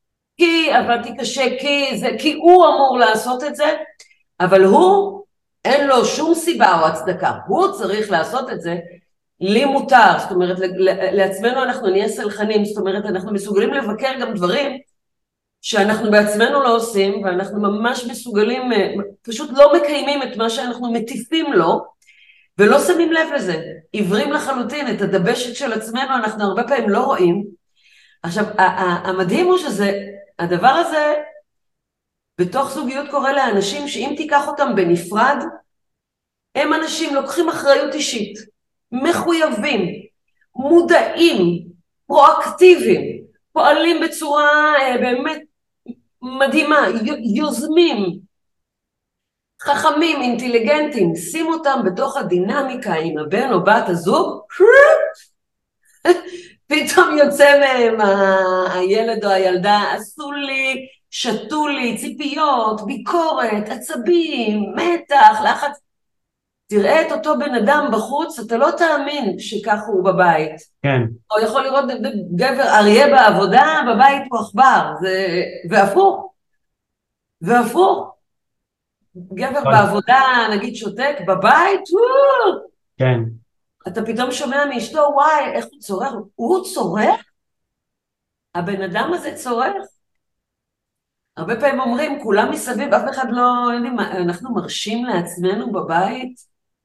כי עבדתי קשה, כי הוא אמור לעשות את זה, אבל הוא, אין לו שום סיבה או הצדקה. הוא צריך לעשות את זה, לי מותר. זאת אומרת, לעצמנו אנחנו נהיה סלחנים, זאת אומרת, אנחנו מסוגלים לבקר גם דברים שאנחנו בעצמנו לא עושים, ואנחנו ממש מסוגלים, פשוט לא מקיימים את מה שאנחנו מטיפים לו, ולא שמים לב לזה. עיוורים לחלוטין, את הדבשת של עצמנו אנחנו הרבה פעמים לא רואים. עכשיו, המדהים הוא שזה, הדבר הזה, בתוך זוגיות קורה לאנשים שאם תיקח אותם בנפרד, הם אנשים לוקחים אחריות אישית, מחויבים, מודעים, פרואקטיביים, פועלים בצורה באמת מדהימה, יוזמים, חכמים, אינטליגנטים, שים אותם בתוך הדינמיקה עם הבן או בת הזוג, פתאום יוצא מהם הילד או הילדה, עשו לי, שתו לי, ציפיות, ביקורת, עצבים, מתח, לחץ. תראה את אותו בן אדם בחוץ, אתה לא תאמין שככה הוא בבית. כן, או יכול לראות גבר אריה בעבודה, בבית הוא עכבר, והפוך, והפוך. גבר נכון. בעבודה, נגיד שותק, בבית, כן, אתה פתאום שומע מאשתו, וואי, איך הוא צורח? הוא צורח? הבן אדם הזה צורח? הרבה פעמים אומרים, כולם מסביב, אף אחד לא, יודעים, אנחנו מרשים לעצמנו בבית?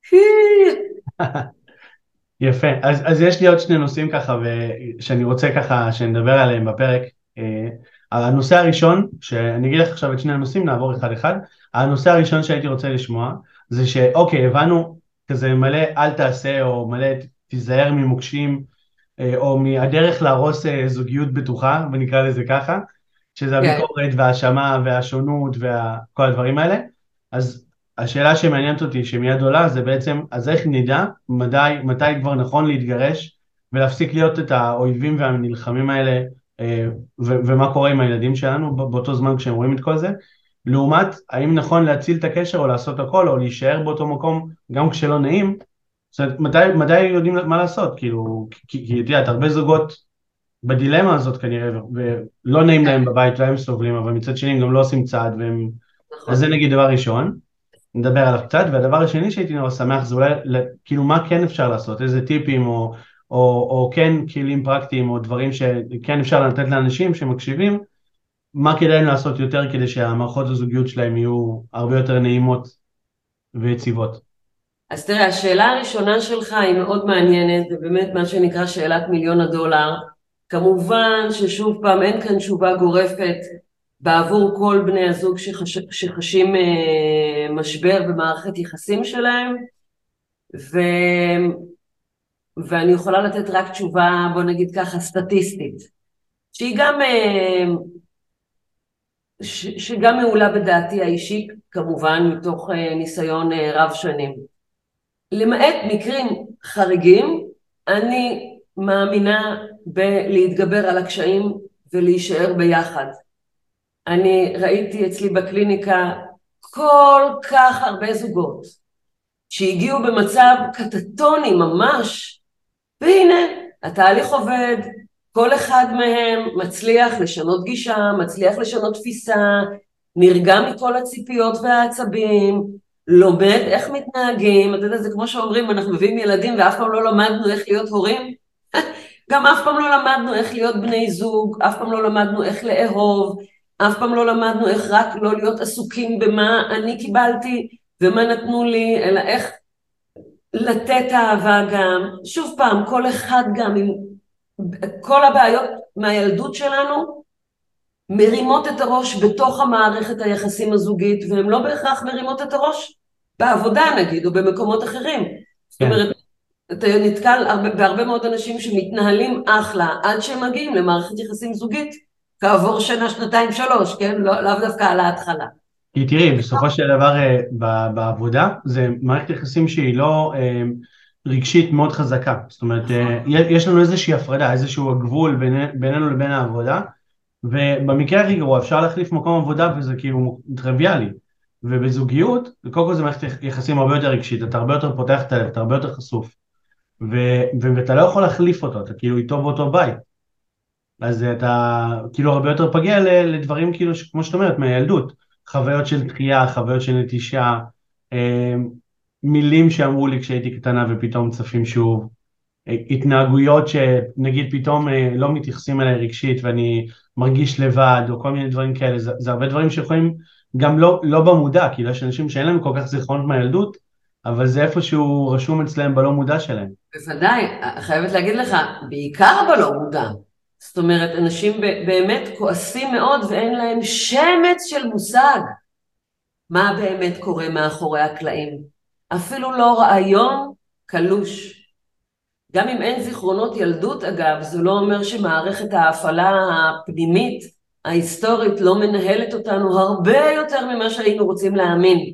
יפה. אז יש לי עוד שני נושאים ככה, שאני רוצה ככה שנדבר עליהם בפרק. הנושא הראשון, שאני אגיד לך עכשיו את שני הנושאים, נעבור אחד אחד. הנושא הראשון שהייתי רוצה לשמוע, זה שאוקיי, הבנו כזה מלא אל תעשה, או מלא תיזהר ממוקשים, או מהדרך להרוס זוגיות בטוחה, ונקרא לזה ככה, שזה כן, הביקורת וההאשמה והשונות וכל הדברים האלה. אז השאלה שמעניינת אותי, שמיד עולה, זה בעצם, אז איך נדע מתי כבר נכון להתגרש, ולהפסיק להיות את האויבים והנלחמים האלה, ומה קורה עם הילדים שלנו באותו זמן כשהם רואים את כל זה, לעומת האם נכון להציל את הקשר או לעשות הכל, או להישאר באותו מקום גם כשלא נעים. זאת אומרת, מתי יודעים מה לעשות, כאילו, כי את יודעת, הרבה זוגות בדילמה הזאת כנראה, ולא נעים להם בבית, לא הם סובלים, אבל מצד שני הם גם לא עושים צעד, אז זה נכון. נגיד דבר ראשון, נדבר עליו קצת, והדבר השני שהייתי נורא שמח זה אולי, כאילו מה כן אפשר לעשות, איזה טיפים או כן כלים פרקטיים, או דברים שכן אפשר לתת לאנשים שמקשיבים, מה כדאי להם לעשות יותר כדי שהמערכות הזוגיות שלהם יהיו הרבה יותר נעימות ויציבות. אז תראה, השאלה הראשונה שלך היא מאוד מעניינת, זה באמת מה שנקרא שאלת מיליון הדולר. כמובן ששוב פעם אין כאן תשובה גורפת בעבור כל בני הזוג שחשים משבר במערכת יחסים שלהם, ו... ואני יכולה לתת רק תשובה, בוא נגיד ככה, סטטיסטית, שהיא גם, שגם מעולה בדעתי האישית, כמובן, מתוך ניסיון רב שנים. למעט מקרים חריגים, אני מאמינה בלהתגבר על הקשיים ולהישאר ביחד. אני ראיתי אצלי בקליניקה כל כך הרבה זוגות שהגיעו במצב קטטוני ממש, והנה, התהליך עובד, כל אחד מהם מצליח לשנות גישה, מצליח לשנות תפיסה, נרגע מכל הציפיות והעצבים, לומד איך מתנהגים. אתה יודע, זה כמו שאומרים, אנחנו מביאים ילדים ואף פעם לא למדנו איך להיות הורים, גם אף פעם לא למדנו איך להיות בני זוג, אף פעם לא למדנו איך לאהוב, אף פעם לא למדנו איך רק לא להיות עסוקים במה אני קיבלתי ומה נתנו לי, אלא איך לתת אהבה גם. שוב פעם, כל אחד גם עם כל הבעיות מהילדות שלנו מרימות את הראש בתוך המערכת היחסים הזוגית, והן לא בהכרח מרימות את הראש בעבודה נגיד, או במקומות אחרים. זאת כן. אומרת, אתה נתקל בהרבה מאוד אנשים שמתנהלים אחלה, עד שהם מגיעים למערכת יחסים זוגית, כעבור שנה, שנתיים, שלוש, כן? לאו דווקא על ההתחלה. כי תראי, בסופו של דבר בעבודה, זה מערכת יחסים שהיא לא רגשית מאוד חזקה. זאת אומרת, יש לנו איזושהי הפרדה, איזשהו גבול בינינו לבין העבודה, ובמקרה הכי גרוע אפשר להחליף מקום עבודה וזה כאילו טריוויאלי. ובזוגיות, קודם כל זה מערכת יחסים הרבה יותר רגשית, אתה הרבה יותר פותח את הלב, אתה הרבה יותר חשוף. ואתה לא יכול להחליף אותו, אתה כאילו איתו באותו בית. אז אתה כאילו הרבה יותר פגיע לדברים כאילו, כמו שאת אומרת, מהילדות. חוויות של דחייה, חוויות של נטישה, מילים שאמרו לי כשהייתי קטנה ופתאום צפים שוב, התנהגויות שנגיד פתאום לא מתייחסים אליי רגשית ואני מרגיש לבד, או כל מיני דברים כאלה. זה הרבה דברים שיכולים גם לא במודע, כאילו יש אנשים שאין להם כל כך זיכרונות מהילדות, אבל זה איפשהו רשום אצלם בלא מודע שלהם. בוודאי, חייבת להגיד לך, בעיקר בלא מודע. זאת אומרת, אנשים באמת כועסים מאוד ואין להם שמץ של מושג מה באמת קורה מאחורי הקלעים. אפילו לא רעיון קלוש. גם אם אין זיכרונות ילדות אגב, זה לא אומר שמערכת ההפעלה הפנימית, ההיסטורית, לא מנהלת אותנו הרבה יותר ממה שהיינו רוצים להאמין.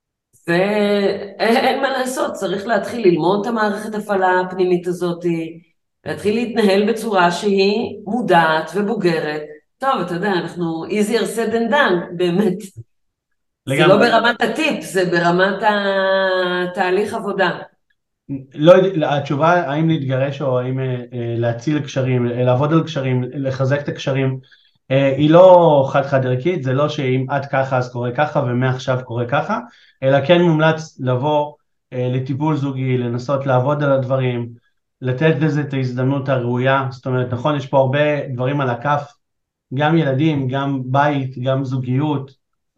ואין מה לעשות, צריך להתחיל ללמוד את המערכת הפעלה הפנימית הזאת, להתחיל להתנהל בצורה שהיא מודעת ובוגרת. טוב, אתה יודע, אנחנו easier said than done, באמת. זה לא ברמת הטיפ, זה ברמת התהליך עבודה. לא, התשובה האם להתגרש או האם להציל קשרים, לעבוד על קשרים, לחזק את הקשרים, היא לא חד ערכית. זה לא שאם עד ככה אז קורה ככה ומעכשיו קורה ככה, אלא כן מומלץ לבוא לטיפול זוגי, לנסות לעבוד על הדברים, לתת לזה את ההזדמנות הראויה. זאת אומרת, נכון, יש פה הרבה דברים על הכף, גם ילדים, גם בית, גם זוגיות.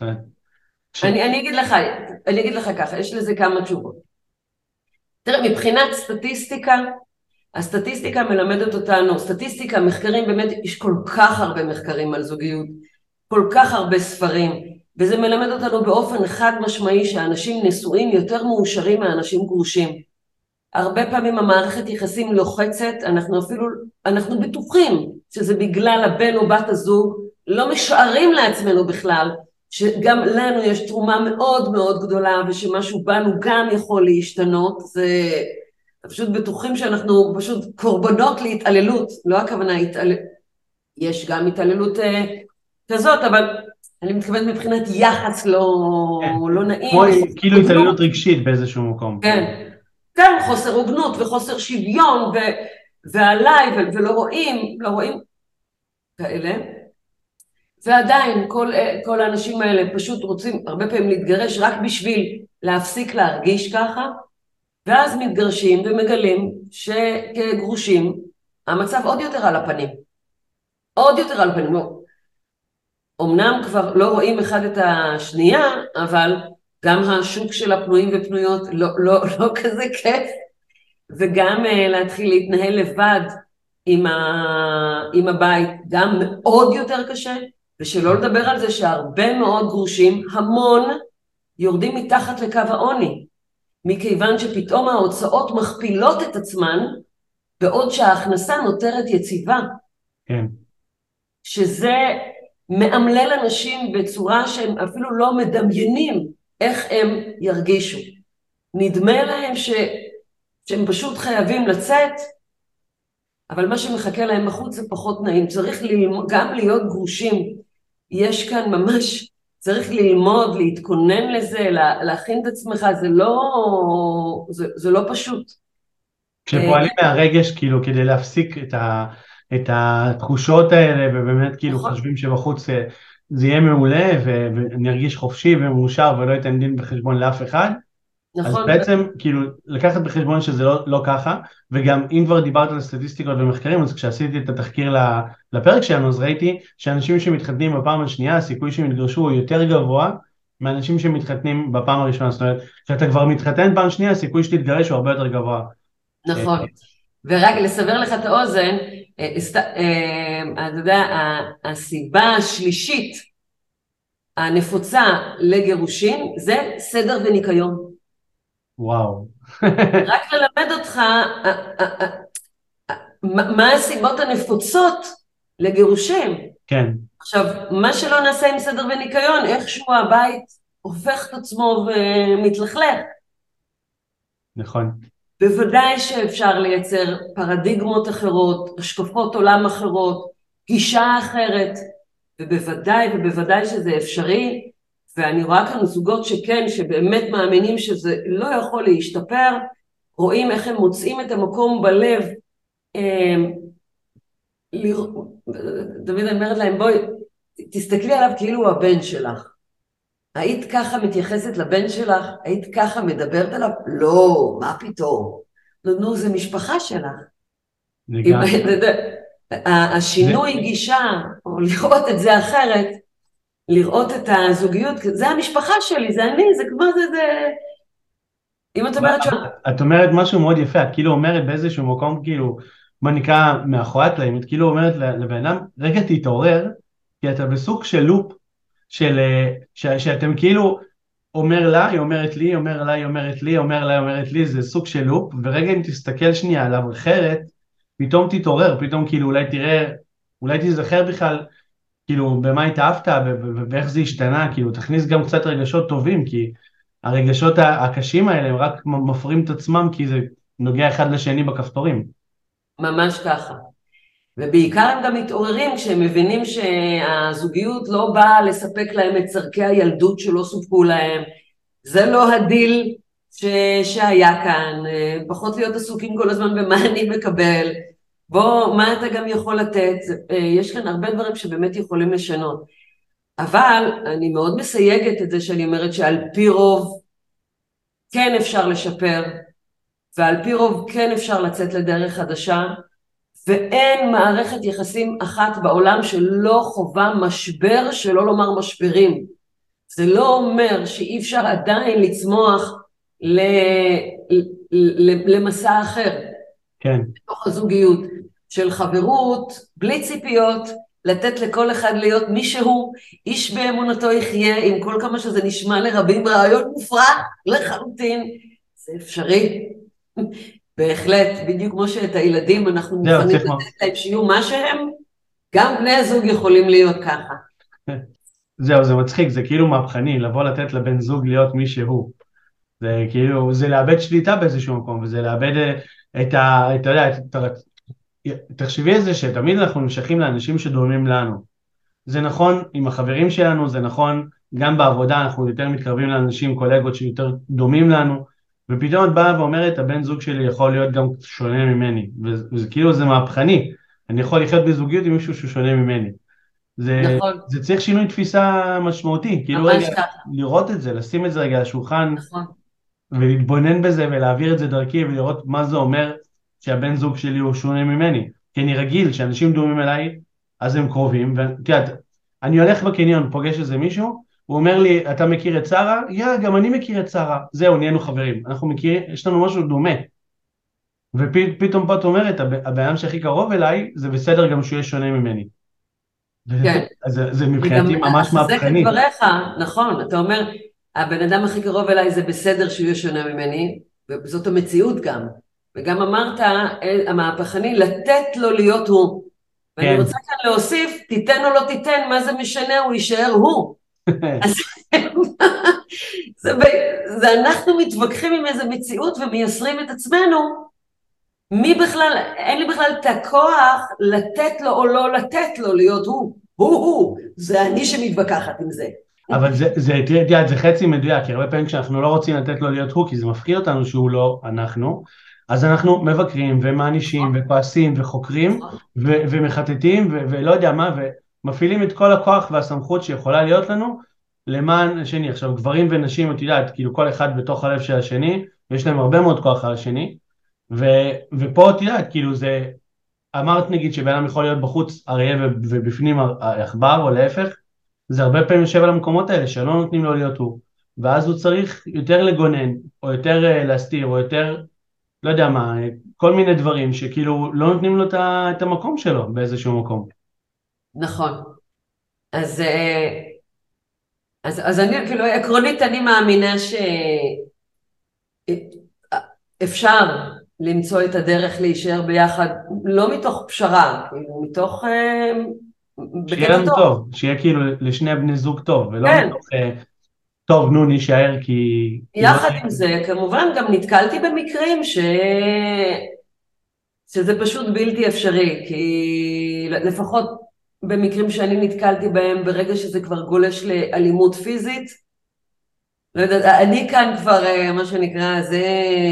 אני אגיד לך ככה, יש לזה כמה תשובות. תראה, מבחינת סטטיסטיקה, הסטטיסטיקה מלמדת אותנו, סטטיסטיקה, מחקרים, באמת יש כל כך הרבה מחקרים על זוגיות, כל כך הרבה ספרים, וזה מלמד אותנו באופן חד משמעי שאנשים נשואים יותר מאושרים מאנשים גרושים. הרבה פעמים המערכת יחסים לוחצת, אנחנו בטוחים שזה בגלל הבן או בת הזוג, לא משערים לעצמנו בכלל, שגם לנו יש תרומה מאוד מאוד גדולה, ושמשהו בנו גם יכול להשתנות. זה פשוט בטוחים שאנחנו פשוט קורבנות להתעללות, לא הכוונה התעללות, יש גם התעללות כזאת, אבל אני מתכוונת מבחינת יחס לא נעים. כאילו התעללות רגשית באיזשהו מקום. כן, כן, חוסר הוגנות וחוסר שוויון ועליי, ולא רואים כאלה. ועדיין כל האנשים האלה פשוט רוצים הרבה פעמים להתגרש רק בשביל להפסיק להרגיש ככה, ואז מתגרשים ומגלים שכגרושים המצב עוד יותר על הפנים. עוד יותר על הפנים. אמנם כבר לא רואים אחד את השנייה, אבל גם השוק של הפנויים ופנויות לא כזה כיף, וגם להתחיל להתנהל לבד עם הבית, גם מאוד יותר קשה, ושלא לדבר על זה שהרבה מאוד גרושים, המון, יורדים מתחת לקו העוני, מכיוון שפתאום ההוצאות מכפילות את עצמן, בעוד שההכנסה נותרת יציבה. כן. שזה מאמלל אנשים בצורה שהם אפילו לא מדמיינים איך הם ירגישו. נדמה להם שהם פשוט חייבים לצאת, אבל מה שמחכה להם בחוץ זה פחות נעים. צריך גם להיות גרושים. יש כאן ממש, צריך ללמוד, להתכונן לזה, להכין את עצמך, זה לא פשוט. כשפועלים מהרגש, כאילו, כדי להפסיק את התחושות האלה, ובאמת, כאילו, נכון. חושבים שבחוץ זה יהיה מעולה, ואני ארגיש חופשי ומאושר, ולא אתן דין בחשבון לאף אחד, אז נכון. בעצם, כאילו, לקחת בחשבון שזה לא ככה, וגם אם כבר דיברת על סטטיסטיקות ומחקרים, אז כשעשיתי את התחקיר לפרק שלנו, אז ראיתי שאנשים שמתחתנים בפעם השנייה, הסיכוי שהם יתגרשו הוא יותר גבוה, מאנשים שמתחתנים בפעם הראשונה. זאת אומרת, כשאתה כבר מתחתן פעם שנייה, הסיכוי שתתגרש הוא הרבה יותר גבוה. נכון. ורק לסבר לך את האוזן, אתה יודע, הסיבה השלישית הנפוצה לגירושים זה סדר וניקיון. וואו. רק ללמד אותך מה הסיבות הנפוצות לגירושים. כן. עכשיו, מה שלא נעשה עם סדר וניקיון, איכשהו הבית הופך את עצמו ומתלכלך. נכון. בוודאי שאפשר לייצר פרדיגמות אחרות, השקפות עולם אחרות, גישה אחרת, ובוודאי שזה אפשרי, ואני רואה כאן זוגות שכן, שבאמת מאמינים שזה לא יכול להשתפר, רואים איך הם מוצאים את המקום בלב, דוד אני אומרת להם, בואי, תסתכלי עליו כאילו הוא הבן שלך. היית ככה מתייחסת לבן שלך? היית ככה מדברת עליו? לא, מה פתאום? נו, זה משפחה שלך. השינוי גישה, או לראות את זה אחרת, לראות את הזוגיות, זה המשפחה שלי, זה אני, זה כמו זה... אם את אומרת את אומרת משהו מאוד יפה, את כאילו אומרת באיזשהו מקום, כאילו, מה נקרא מאחורי הקלעים, את כאילו אומרת לבן אדם, רגע תתעורר, כי אתה בסוג של לופ, שאתם כאילו, אומר לה, היא אומרת לי, אומר לה, היא אומרת לי, אומר לה, היא אומרת לי, זה סוג של לופ, ורגע אם תסתכל שנייה עליו אחרת, פתאום תתעורר, פתאום כאילו אולי תראה, אולי תזכר בכלל, כאילו במה התאהבת ואיך זה השתנה, כאילו תכניס גם קצת רגשות טובים, כי הרגשות הקשים האלה הם רק מפרים את עצמם, כי זה נוגע אחד לשני בכפתורים. ממש ככה. ובעיקר הם גם מתעוררים כשהם מבינים שהזוגיות לא באה לספק להם את צרכי הילדות שלא סופקו להם. זה לא הדיל שהיה כאן, פחות להיות עסוקים כל הזמן במה אני מקבל. בוא, מה אתה גם יכול לתת? יש כאן הרבה דברים שבאמת יכולים לשנות. אבל אני מאוד מסייגת את זה שאני אומרת שעל פי רוב כן אפשר לשפר, ועל פי רוב כן אפשר לצאת לדרך חדשה, ואין מערכת יחסים אחת בעולם שלא חובה משבר, שלא לומר משברים. זה לא אומר שאי אפשר עדיין לצמוח למסע אחר. כן. בתוך הזוגיות של חברות, בלי ציפיות, לתת לכל אחד להיות מישהו, איש באמונתו יחיה, עם כל כמה שזה נשמע לרבים רעיון מופרע לחלוטין. זה אפשרי. בהחלט, בדיוק כמו שאת הילדים אנחנו מוכנים לתת להם שיהיו מה שהם, גם בני הזוג יכולים להיות ככה. זהו, זה מצחיק, זה כאילו מהפכני, לבוא לתת לבן זוג להיות מי שהוא. זה כאילו, זה לאבד שליטה באיזשהו מקום, וזה לאבד אתה יודע, תחשבי את זה שתמיד אנחנו נמשכים לאנשים שדומים לנו. זה נכון עם החברים שלנו, זה נכון גם בעבודה, אנחנו יותר מתקרבים לאנשים, קולגות שיותר דומים לנו, ופתאום את באה ואומרת, הבן זוג שלי יכול להיות גם שונה ממני, וזה כאילו זה מהפכני, אני יכול לחיות בזוגיות עם מישהו שהוא שונה ממני. נכון. זה צריך שינוי תפיסה משמעותי, כאילו רגע, לראות את זה, לשים את זה רגע על השולחן, נכון. ולהתבונן בזה ולהעביר את זה דרכי, ולראות מה זה אומר שהבן זוג שלי הוא שונה ממני, כי אני רגיל שאנשים דומים אליי, אז הם קרובים, ותראה, אני הולך בקניון, פוגש איזה מישהו, הוא אומר לי, אתה מכיר את שרה? יא, גם אני מכיר את שרה. זהו, נהיינו חברים. אנחנו מכירים, יש לנו משהו דומה. ופתאום פה את אומרת, הבן אדם שהכי קרוב אליי, זה בסדר גם שהוא יהיה שונה ממני. כן. אז זה מבחינתי וגם ממש אחזק את מהפכני. דבריך, נכון, אתה אומר, הבן אדם הכי קרוב אליי זה בסדר שהוא יהיה שונה ממני, וזאת המציאות גם. וגם אמרת, המהפכני, לתת לו להיות הוא. ואני כן. רוצה כאן להוסיף, תיתן או לא תיתן, מה זה משנה, הוא יישאר הוא. אז זה אנחנו מתווכחים עם איזו מציאות ומייסרים את עצמנו, מי בכלל, אין לי בכלל את הכוח לתת לו או לא לתת לו להיות הוא. הוא, זה אני שמתווכחת עם זה. אבל זה חצי מדויק, כי הרבה פעמים כשאנחנו לא רוצים לתת לו להיות הוא, כי זה מפחיד אותנו שהוא לא אנחנו, אז אנחנו מבקרים ומענישים וכועסים וחוקרים ומחטטים ולא יודע מה, ומפעילים את כל הכוח והסמכות שיכולה להיות לנו למען השני. עכשיו, גברים ונשים, את יודעת, כאילו כל אחד בתוך הלב של השני, ויש להם הרבה מאוד כוח על השני, ופה את יודעת, כאילו זה, אמרת נגיד שבן אדם יכול להיות בחוץ אריה ובפנים עכבר או להפך, זה הרבה פעמים יושב על המקומות האלה שלא נותנים לו להיות הוא, ואז הוא צריך יותר לגונן, או יותר להסתיר, או יותר, לא יודע מה, כל מיני דברים שכאילו לא נותנים לו את המקום שלו באיזשהו מקום. נכון. אז, אז אני, כאילו, עקרונית אני מאמינה שאפשר למצוא את הדרך להישאר ביחד, לא מתוך פשרה, כאילו, מתוך, שיהיה בקטע לנו טוב. טוב, שיהיה כאילו לשני בני זוג טוב, ולא כן. מתוך טוב נו נישאר כי לא... יחד עם זה, כמובן, גם נתקלתי במקרים שזה פשוט בלתי אפשרי, כי לפחות במקרים שאני נתקלתי בהם, ברגע שזה כבר גולש לאלימות פיזית, לא יודעת, אני כאן כבר, מה שנקרא, זה...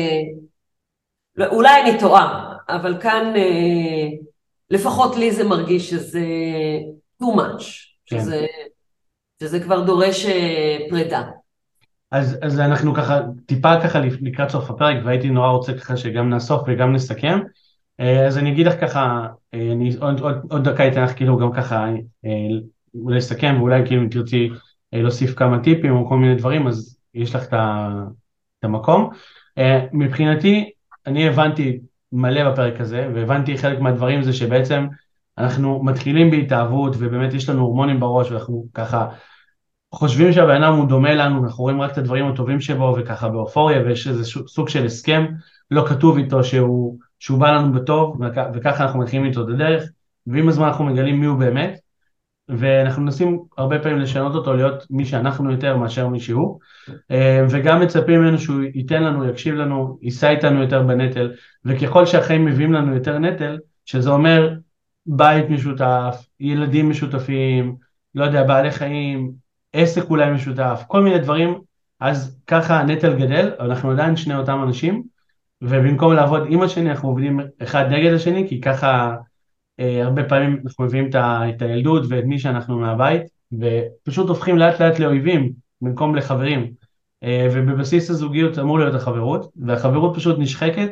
אולי אני טועה, אבל כאן, לפחות לי זה מרגיש שזה too much, כן. שזה כבר דורש פרידה. אז אנחנו ככה, טיפה ככה לקראת סוף הפרק, והייתי נורא רוצה ככה שגם נאסוף וגם נסכם. אז אני אגיד לך ככה, אני עוד דקה אתן לך כאילו גם ככה לסכם, ואולי כאילו אם תרצי להוסיף כמה טיפים או כל מיני דברים, אז יש לך את המקום. מבחינתי, אני הבנתי מלא בפרק הזה, והבנתי חלק מהדברים זה שבעצם אנחנו מתחילים בהתאהבות, ובאמת יש לנו הורמונים בראש, ואנחנו ככה חושבים שהבן אדם הוא דומה לנו, אנחנו רואים רק את הדברים הטובים שבו, וככה באופוריה, ויש איזה סוג של הסכם לא כתוב איתו שהוא בא לנו בטוב, וככה אנחנו מתחילים איתו את הדרך, ועם הזמן אנחנו מגלים מי הוא באמת, ואנחנו מנסים הרבה פעמים לשנות אותו, להיות מי שאנחנו יותר מאשר מי שהוא, וגם מצפים ממנו שהוא ייתן לנו, יקשיב לנו, יישא איתנו יותר בנטל, וככל שהחיים מביאים לנו יותר נטל, שזה אומר בית משותף, ילדים משותפים, לא יודע, בעלי חיים, עסק אולי משותף, כל מיני דברים, אז ככה הנטל גדל, אנחנו עדיין שני אותם אנשים, ובמקום לעבוד עם השני, אנחנו עובדים אחד נגד השני, כי ככה הרבה פעמים אנחנו מביאים את הילדות ואת מי שאנחנו מהבית, ופשוט הופכים לאט לאט לאויבים, במקום לחברים. ובבסיס הזוגיות אמור להיות החברות, והחברות פשוט נשחקת,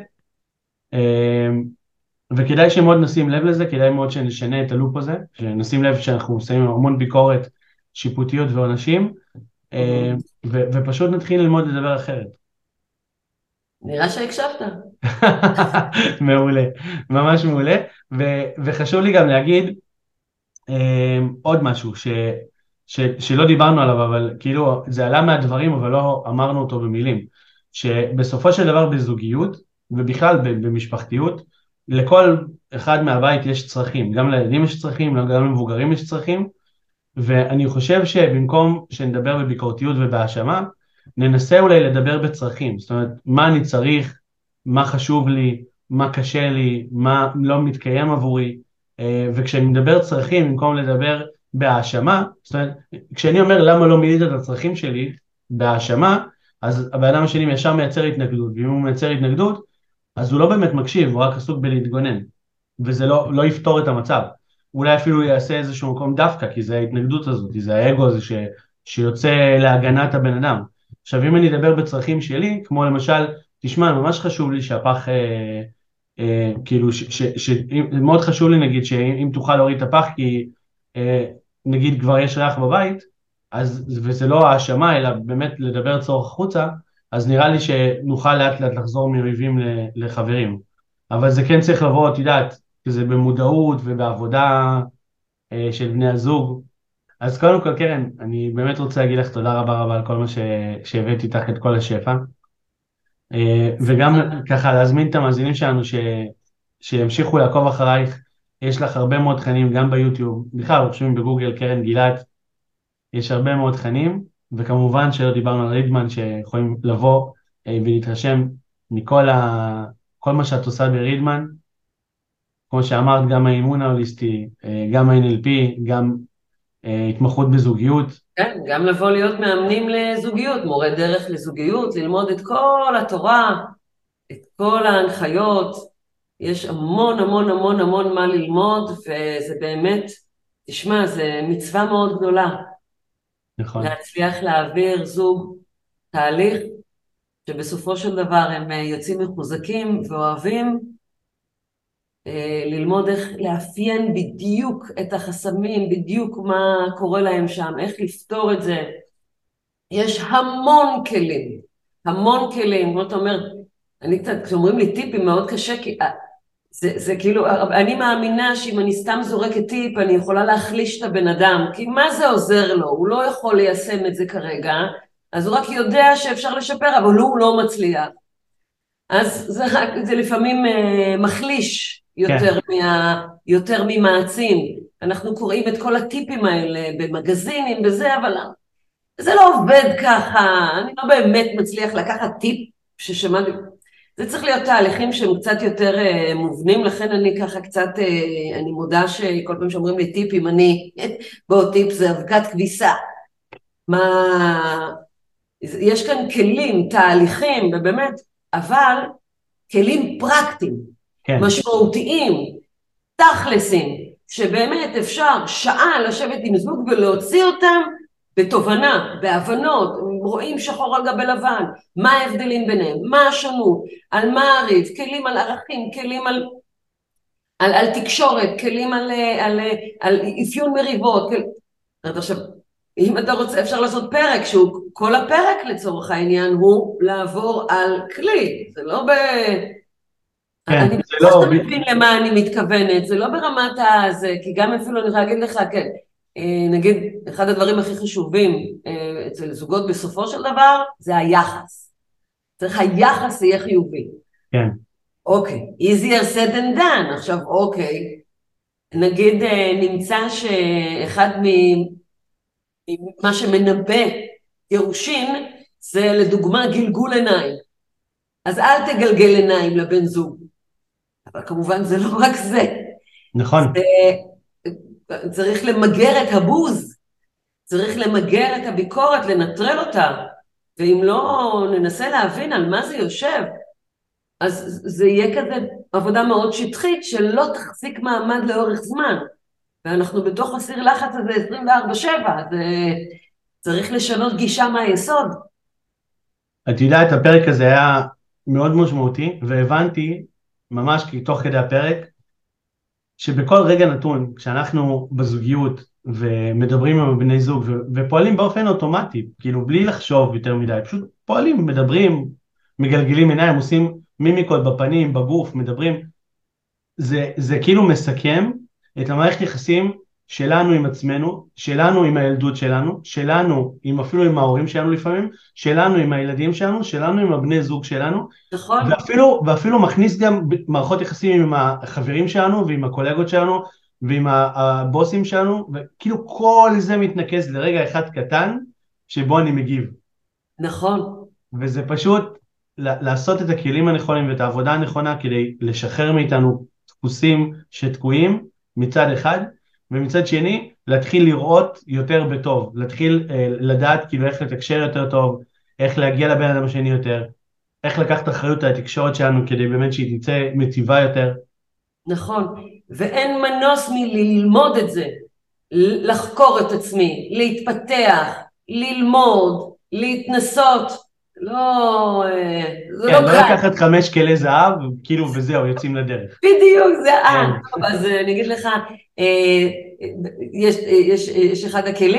וכדאי שמאוד נשים לב לזה, כדאי מאוד שנשנה את הלופ הזה, שנשים לב שאנחנו שמים המון ביקורת, שיפוטיות ועונשים, ופשוט נתחיל ללמוד לדבר אחרת. נראה שהקשבת. מעולה, ממש מעולה, וחשוב לי גם להגיד עוד משהו שלא דיברנו עליו, אבל כאילו זה עלה מהדברים, אבל לא אמרנו אותו במילים, שבסופו של דבר בזוגיות, ובכלל במשפחתיות, לכל אחד מהבית יש צרכים, גם לילדים יש צרכים, גם למבוגרים יש צרכים, ואני חושב שבמקום שנדבר בביקורתיות ובהאשמה, ננסה אולי לדבר בצרכים, זאת אומרת, מה אני צריך, מה חשוב לי, מה קשה לי, מה לא מתקיים עבורי, וכשאני מדבר צרכים, במקום לדבר בהאשמה, זאת אומרת, כשאני אומר למה לא מילאת את הצרכים שלי בהאשמה, אז הבן אדם השני ישר מייצר התנגדות, ואם הוא מייצר התנגדות, אז הוא לא באמת מקשיב, הוא רק עסוק בלהתגונן, וזה לא יפתור את המצב. אולי אפילו יעשה איזשהו מקום דווקא, כי זה ההתנגדות הזאת, כי זה האגו הזה שיוצא להגנת הבן אדם. עכשיו, אם אני אדבר בצרכים שלי, כמו למשל, תשמע, ממש חשוב לי שהפח, כאילו, מאוד חשוב לי, נגיד, שאם תוכל להוריד את הפח, כי נגיד כבר יש ריח בבית, וזה לא האשמה, אלא באמת לדבר צורך החוצה, אז נראה לי שנוכל לאט לאט לחזור מאויבים לחברים. אבל זה כן צריך לבוא, את יודעת, זה במודעות ובעבודה של בני הזוג. אז קודם כל, קרן, אני באמת רוצה להגיד לך תודה רבה רבה על כל מה שהבאת איתך את כל השפע. וגם ככה להזמין את המאזינים שלנו שימשיכו לעקוב אחרייך. יש לך הרבה מאוד תכנים גם ביוטיוב, בכלל רושמים בגוגל קרן גילת, יש הרבה מאוד תכנים, וכמובן שלא דיברנו על רידמן שיכולים לבוא ולהתרשם כל מה שאת עושה ברידמן, כמו שאמרת, גם האימון ההוליסטי, גם ה-NLP, גם התמחות בזוגיות. כן, גם לבוא להיות מאמנים לזוגיות, מורה דרך לזוגיות, ללמוד את כל התורה, את כל ההנחיות, יש המון המון המון המון מה ללמוד, וזה באמת, תשמע, זה מצווה מאוד גדולה, נכון. להצליח להעביר זוג תהליך, שבסופו של דבר הם יוצאים מחוזקים ואוהבים, ללמוד איך לאפיין בדיוק את החסמים, בדיוק מה קורה להם שם, איך לפתור את זה. יש המון כלים, כמו אתה אומר, כשאומרים לי טיפים מאוד קשה, כי זה כאילו, אני מאמינה שאם אני סתם זורקת טיפ, אני יכולה להחליש את הבן אדם, כי מה זה עוזר לו? הוא לא יכול ליישם את זה כרגע, אז הוא רק יודע שאפשר לשפר, אבל הוא לא מצליח. אז זה לפעמים מחליש כן, יותר ממעצים. אנחנו קוראים את כל הטיפים האלה במגזינים, בזה, אבל זה לא עובד ככה. אני לא באמת מצליח לקחת טיפ ששמעתי. זה צריך להיות תהליכים שהם קצת יותר מובנים, לכן אני ככה קצת, אני מודה שכל פעם שאומרים לי טיפים, בוא טיפ זה אבקת כביסה. יש כאן כלים, תהליכים, ובאמת, אבל כלים פרקטיים, כן, משמעותיים, תכלסים, שבאמת אפשר שעה לשבת עם זוג ולהוציא אותם בתובנה, בהבנות, רואים שחור על גבי לבן, מה ההבדלים ביניהם, מה השונות, על מה הריב, כלים על ערכים, כלים על תקשורת, כלים על אפיון מריבות. עכשיו, אם אתה רוצה, אפשר לעשות פרק, שהוא כל הפרק לצורך העניין הוא לעבור על כלי, זה לא כן, אני זה בטוחה לא, שאתה מבין למה אני מתכוונת, זה לא ברמת הזה, כי גם אפילו אני יכולה להגיד לך, כן, נגיד, אחד הדברים הכי חשובים אצל זוגות בסופו של דבר, זה היחס. צריך היחס יהיה חיובי. כן, אוקיי, easier said than done. עכשיו, אוקיי, נגיד נמצא שאחד ממה שמנבא גירושין, זה לדוגמה גלגול עיניים. אז אל תגלגל עיניים לבן זוג. אבל כמובן זה לא רק זה. נכון. צריך למגר את הבוז, צריך למגר את הביקורת, לנטרל אותה, ואם לא ננסה להבין על מה זה יושב, אז זה יהיה כזה עבודה מאוד שטחית, שלא תחזיק מעמד לאורך זמן, ואנחנו בתוך הסיר לחץ הזה 24/7, אז צריך לשנות גישה מהיסוד. את יודעת, הפרק הזה היה מאוד משמעותי, והבנתי ממש תוך כדי הפרק, שבכל רגע נתון, כשאנחנו בזוגיות ומדברים עם בני זוג ופועלים באופן אוטומטי, כאילו בלי לחשוב יותר מדי, פשוט פועלים, מדברים, מגלגלים עיניים, עושים מימיקות בפנים, בגוף, מדברים, זה כאילו מסכם את המערכת יחסים שלנו עם עצמנו, שלנו עם הילדות שלנו, שלנו אפילו עם ההורים שלנו לפעמים, שלנו עם הילדים שלנו, שלנו עם הבני זוג שלנו, נכון? ואפילו מכניס גם מערכות יחסים עם החברים שלנו ועם הקולגות שלנו ועם הבוסים שלנו, וכאילו כל זה מתנקז לרגע אחד קטן שבו אני מגיב. נכון. וזה פשוט לעשות את הכלים הנכונים ואת העבודה הנכונה כדי לשחרר מאיתנו דפוסים שתקועים מצד אחד, ומצד שני להתחיל לראות יותר בטוב, להתחיל לדעת כאילו איך לתקשר יותר טוב, איך להגיע לבן אדם השני יותר, איך לקחת אחריות על התקשורת שלנו כדי באמת שהיא תצא מטיבה יותר. נכון, ואין מנוס מללמוד את זה, לחקור את עצמי, להתפתח, ללמוד, להתנסות, לא, זה כן, לא לא קל. לקחת 5 כלי זהב, כאילו וזהו, יוצאים לדרך. בדיוק, זה כן, טוב, אז אני אגיד לך, יש אחד הכלים,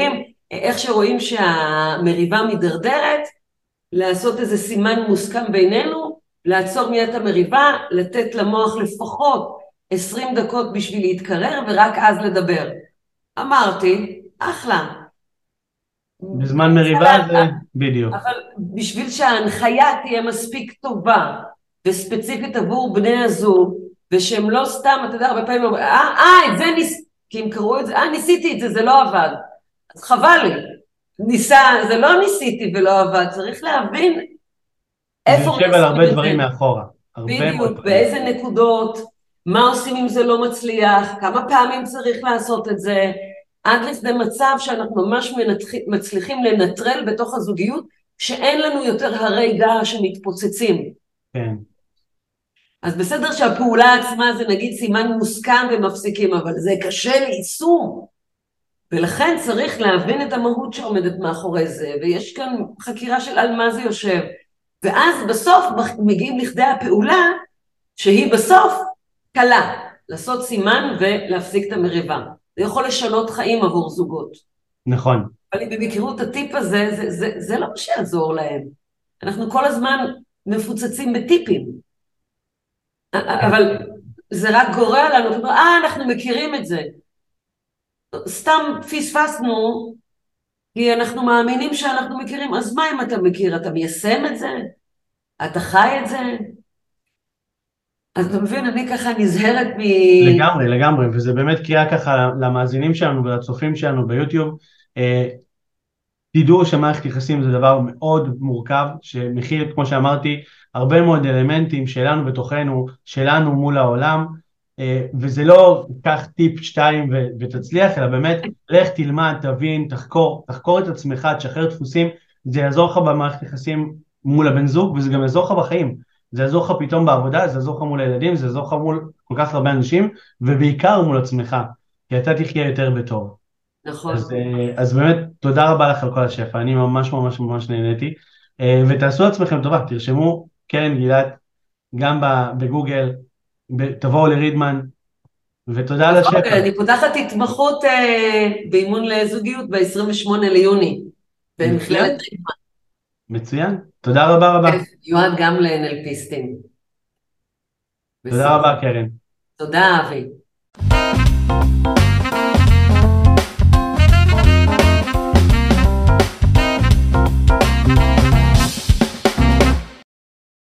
איך שרואים שהמריבה מדרדרת, לעשות איזה סימן מוסכם בינינו, לעצור מיד את המריבה, לתת למוח לפחות 20 דקות בשביל להתקרר, ורק אז לדבר. אמרתי, אחלה. בזמן מריבה זה בדיוק. אבל בשביל שההנחיה תהיה מספיק טובה וספציפית עבור בני הזוג, ושהם לא סתם, אתה יודע, הרבה פעמים אומרים, את זה כי הם קראו את זה, ניסיתי את זה, זה לא עבד. אז חבל לי. זה לא ניסיתי ולא עבד, צריך להבין זה איפה יושב על הרבה מנסים את דברים זה. מאחורה, הרבה מאוד בדיוק, דברים. באיזה נקודות, מה עושים אם זה לא מצליח, כמה פעמים צריך לעשות את זה, עד לכדי מצב שאנחנו ממש מצליחים לנטרל בתוך הזוגיות, שאין לנו יותר הרי געש שמתפוצצים. כן. אז בסדר שהפעולה עצמה זה נגיד סימן מוסכם ומפסיקים, אבל זה קשה ליישום. ולכן צריך להבין את המהות שעומדת מאחורי זה, ויש כאן חקירה של על מה זה יושב. ואז בסוף מגיעים לכדי הפעולה, שהיא בסוף קלה, לעשות סימן ולהפסיק את המריבה. זה יכול לשנות חיים עבור זוגות. נכון. אבל אם הם יכירו את הטיפ הזה, זה לא שיעזור להם. אנחנו כל הזמן מפוצצים בטיפים. אבל זה רק גורע לנו, אנחנו מכירים את זה. סתם פספסנו, כי אנחנו מאמינים שאנחנו מכירים. אז מה אם אתה מכיר? אתה מיישם את זה? אתה חי את זה? אז אתה מבין, אני ככה נזהרת לגמרי, לגמרי, וזה באמת קריאה ככה למאזינים שלנו ולצופים שלנו ביוטיוב. תדעו שמערכת יחסים זה דבר מאוד מורכב, שמכיל, כמו שאמרתי, הרבה מאוד אלמנטים שלנו בתוכנו, שלנו מול העולם, וזה לא קח טיפ 2 ותצליח, אלא באמת, לך תלמד, תבין, תחקור את עצמך, תשחרר דפוסים, זה יעזור לך במערכת יחסים מול הבן זוג, וזה גם יעזור לך בחיים. זה יעזור לך פתאום בעבודה, זה יעזור לך מול הילדים, זה יעזור לך מול כל כך הרבה אנשים, ובעיקר מול עצמך, כי אתה תחיה יותר בטוב. נכון. אז באמת, תודה רבה לך על כל השפע, אני ממש ממש ממש נהניתי, ותעשו לעצמכם טובה, תרשמו קרן גילת, גם בגוגל, תבואו לרידמן, ותודה על השפע. אני פותחת התמחות באימון לזוגיות ב-28 ליוני, במכללת רידמן. מצוין, תודה רבה רבה. יועד גם ל-NLPיסטים. תודה רבה קרן. תודה אבי.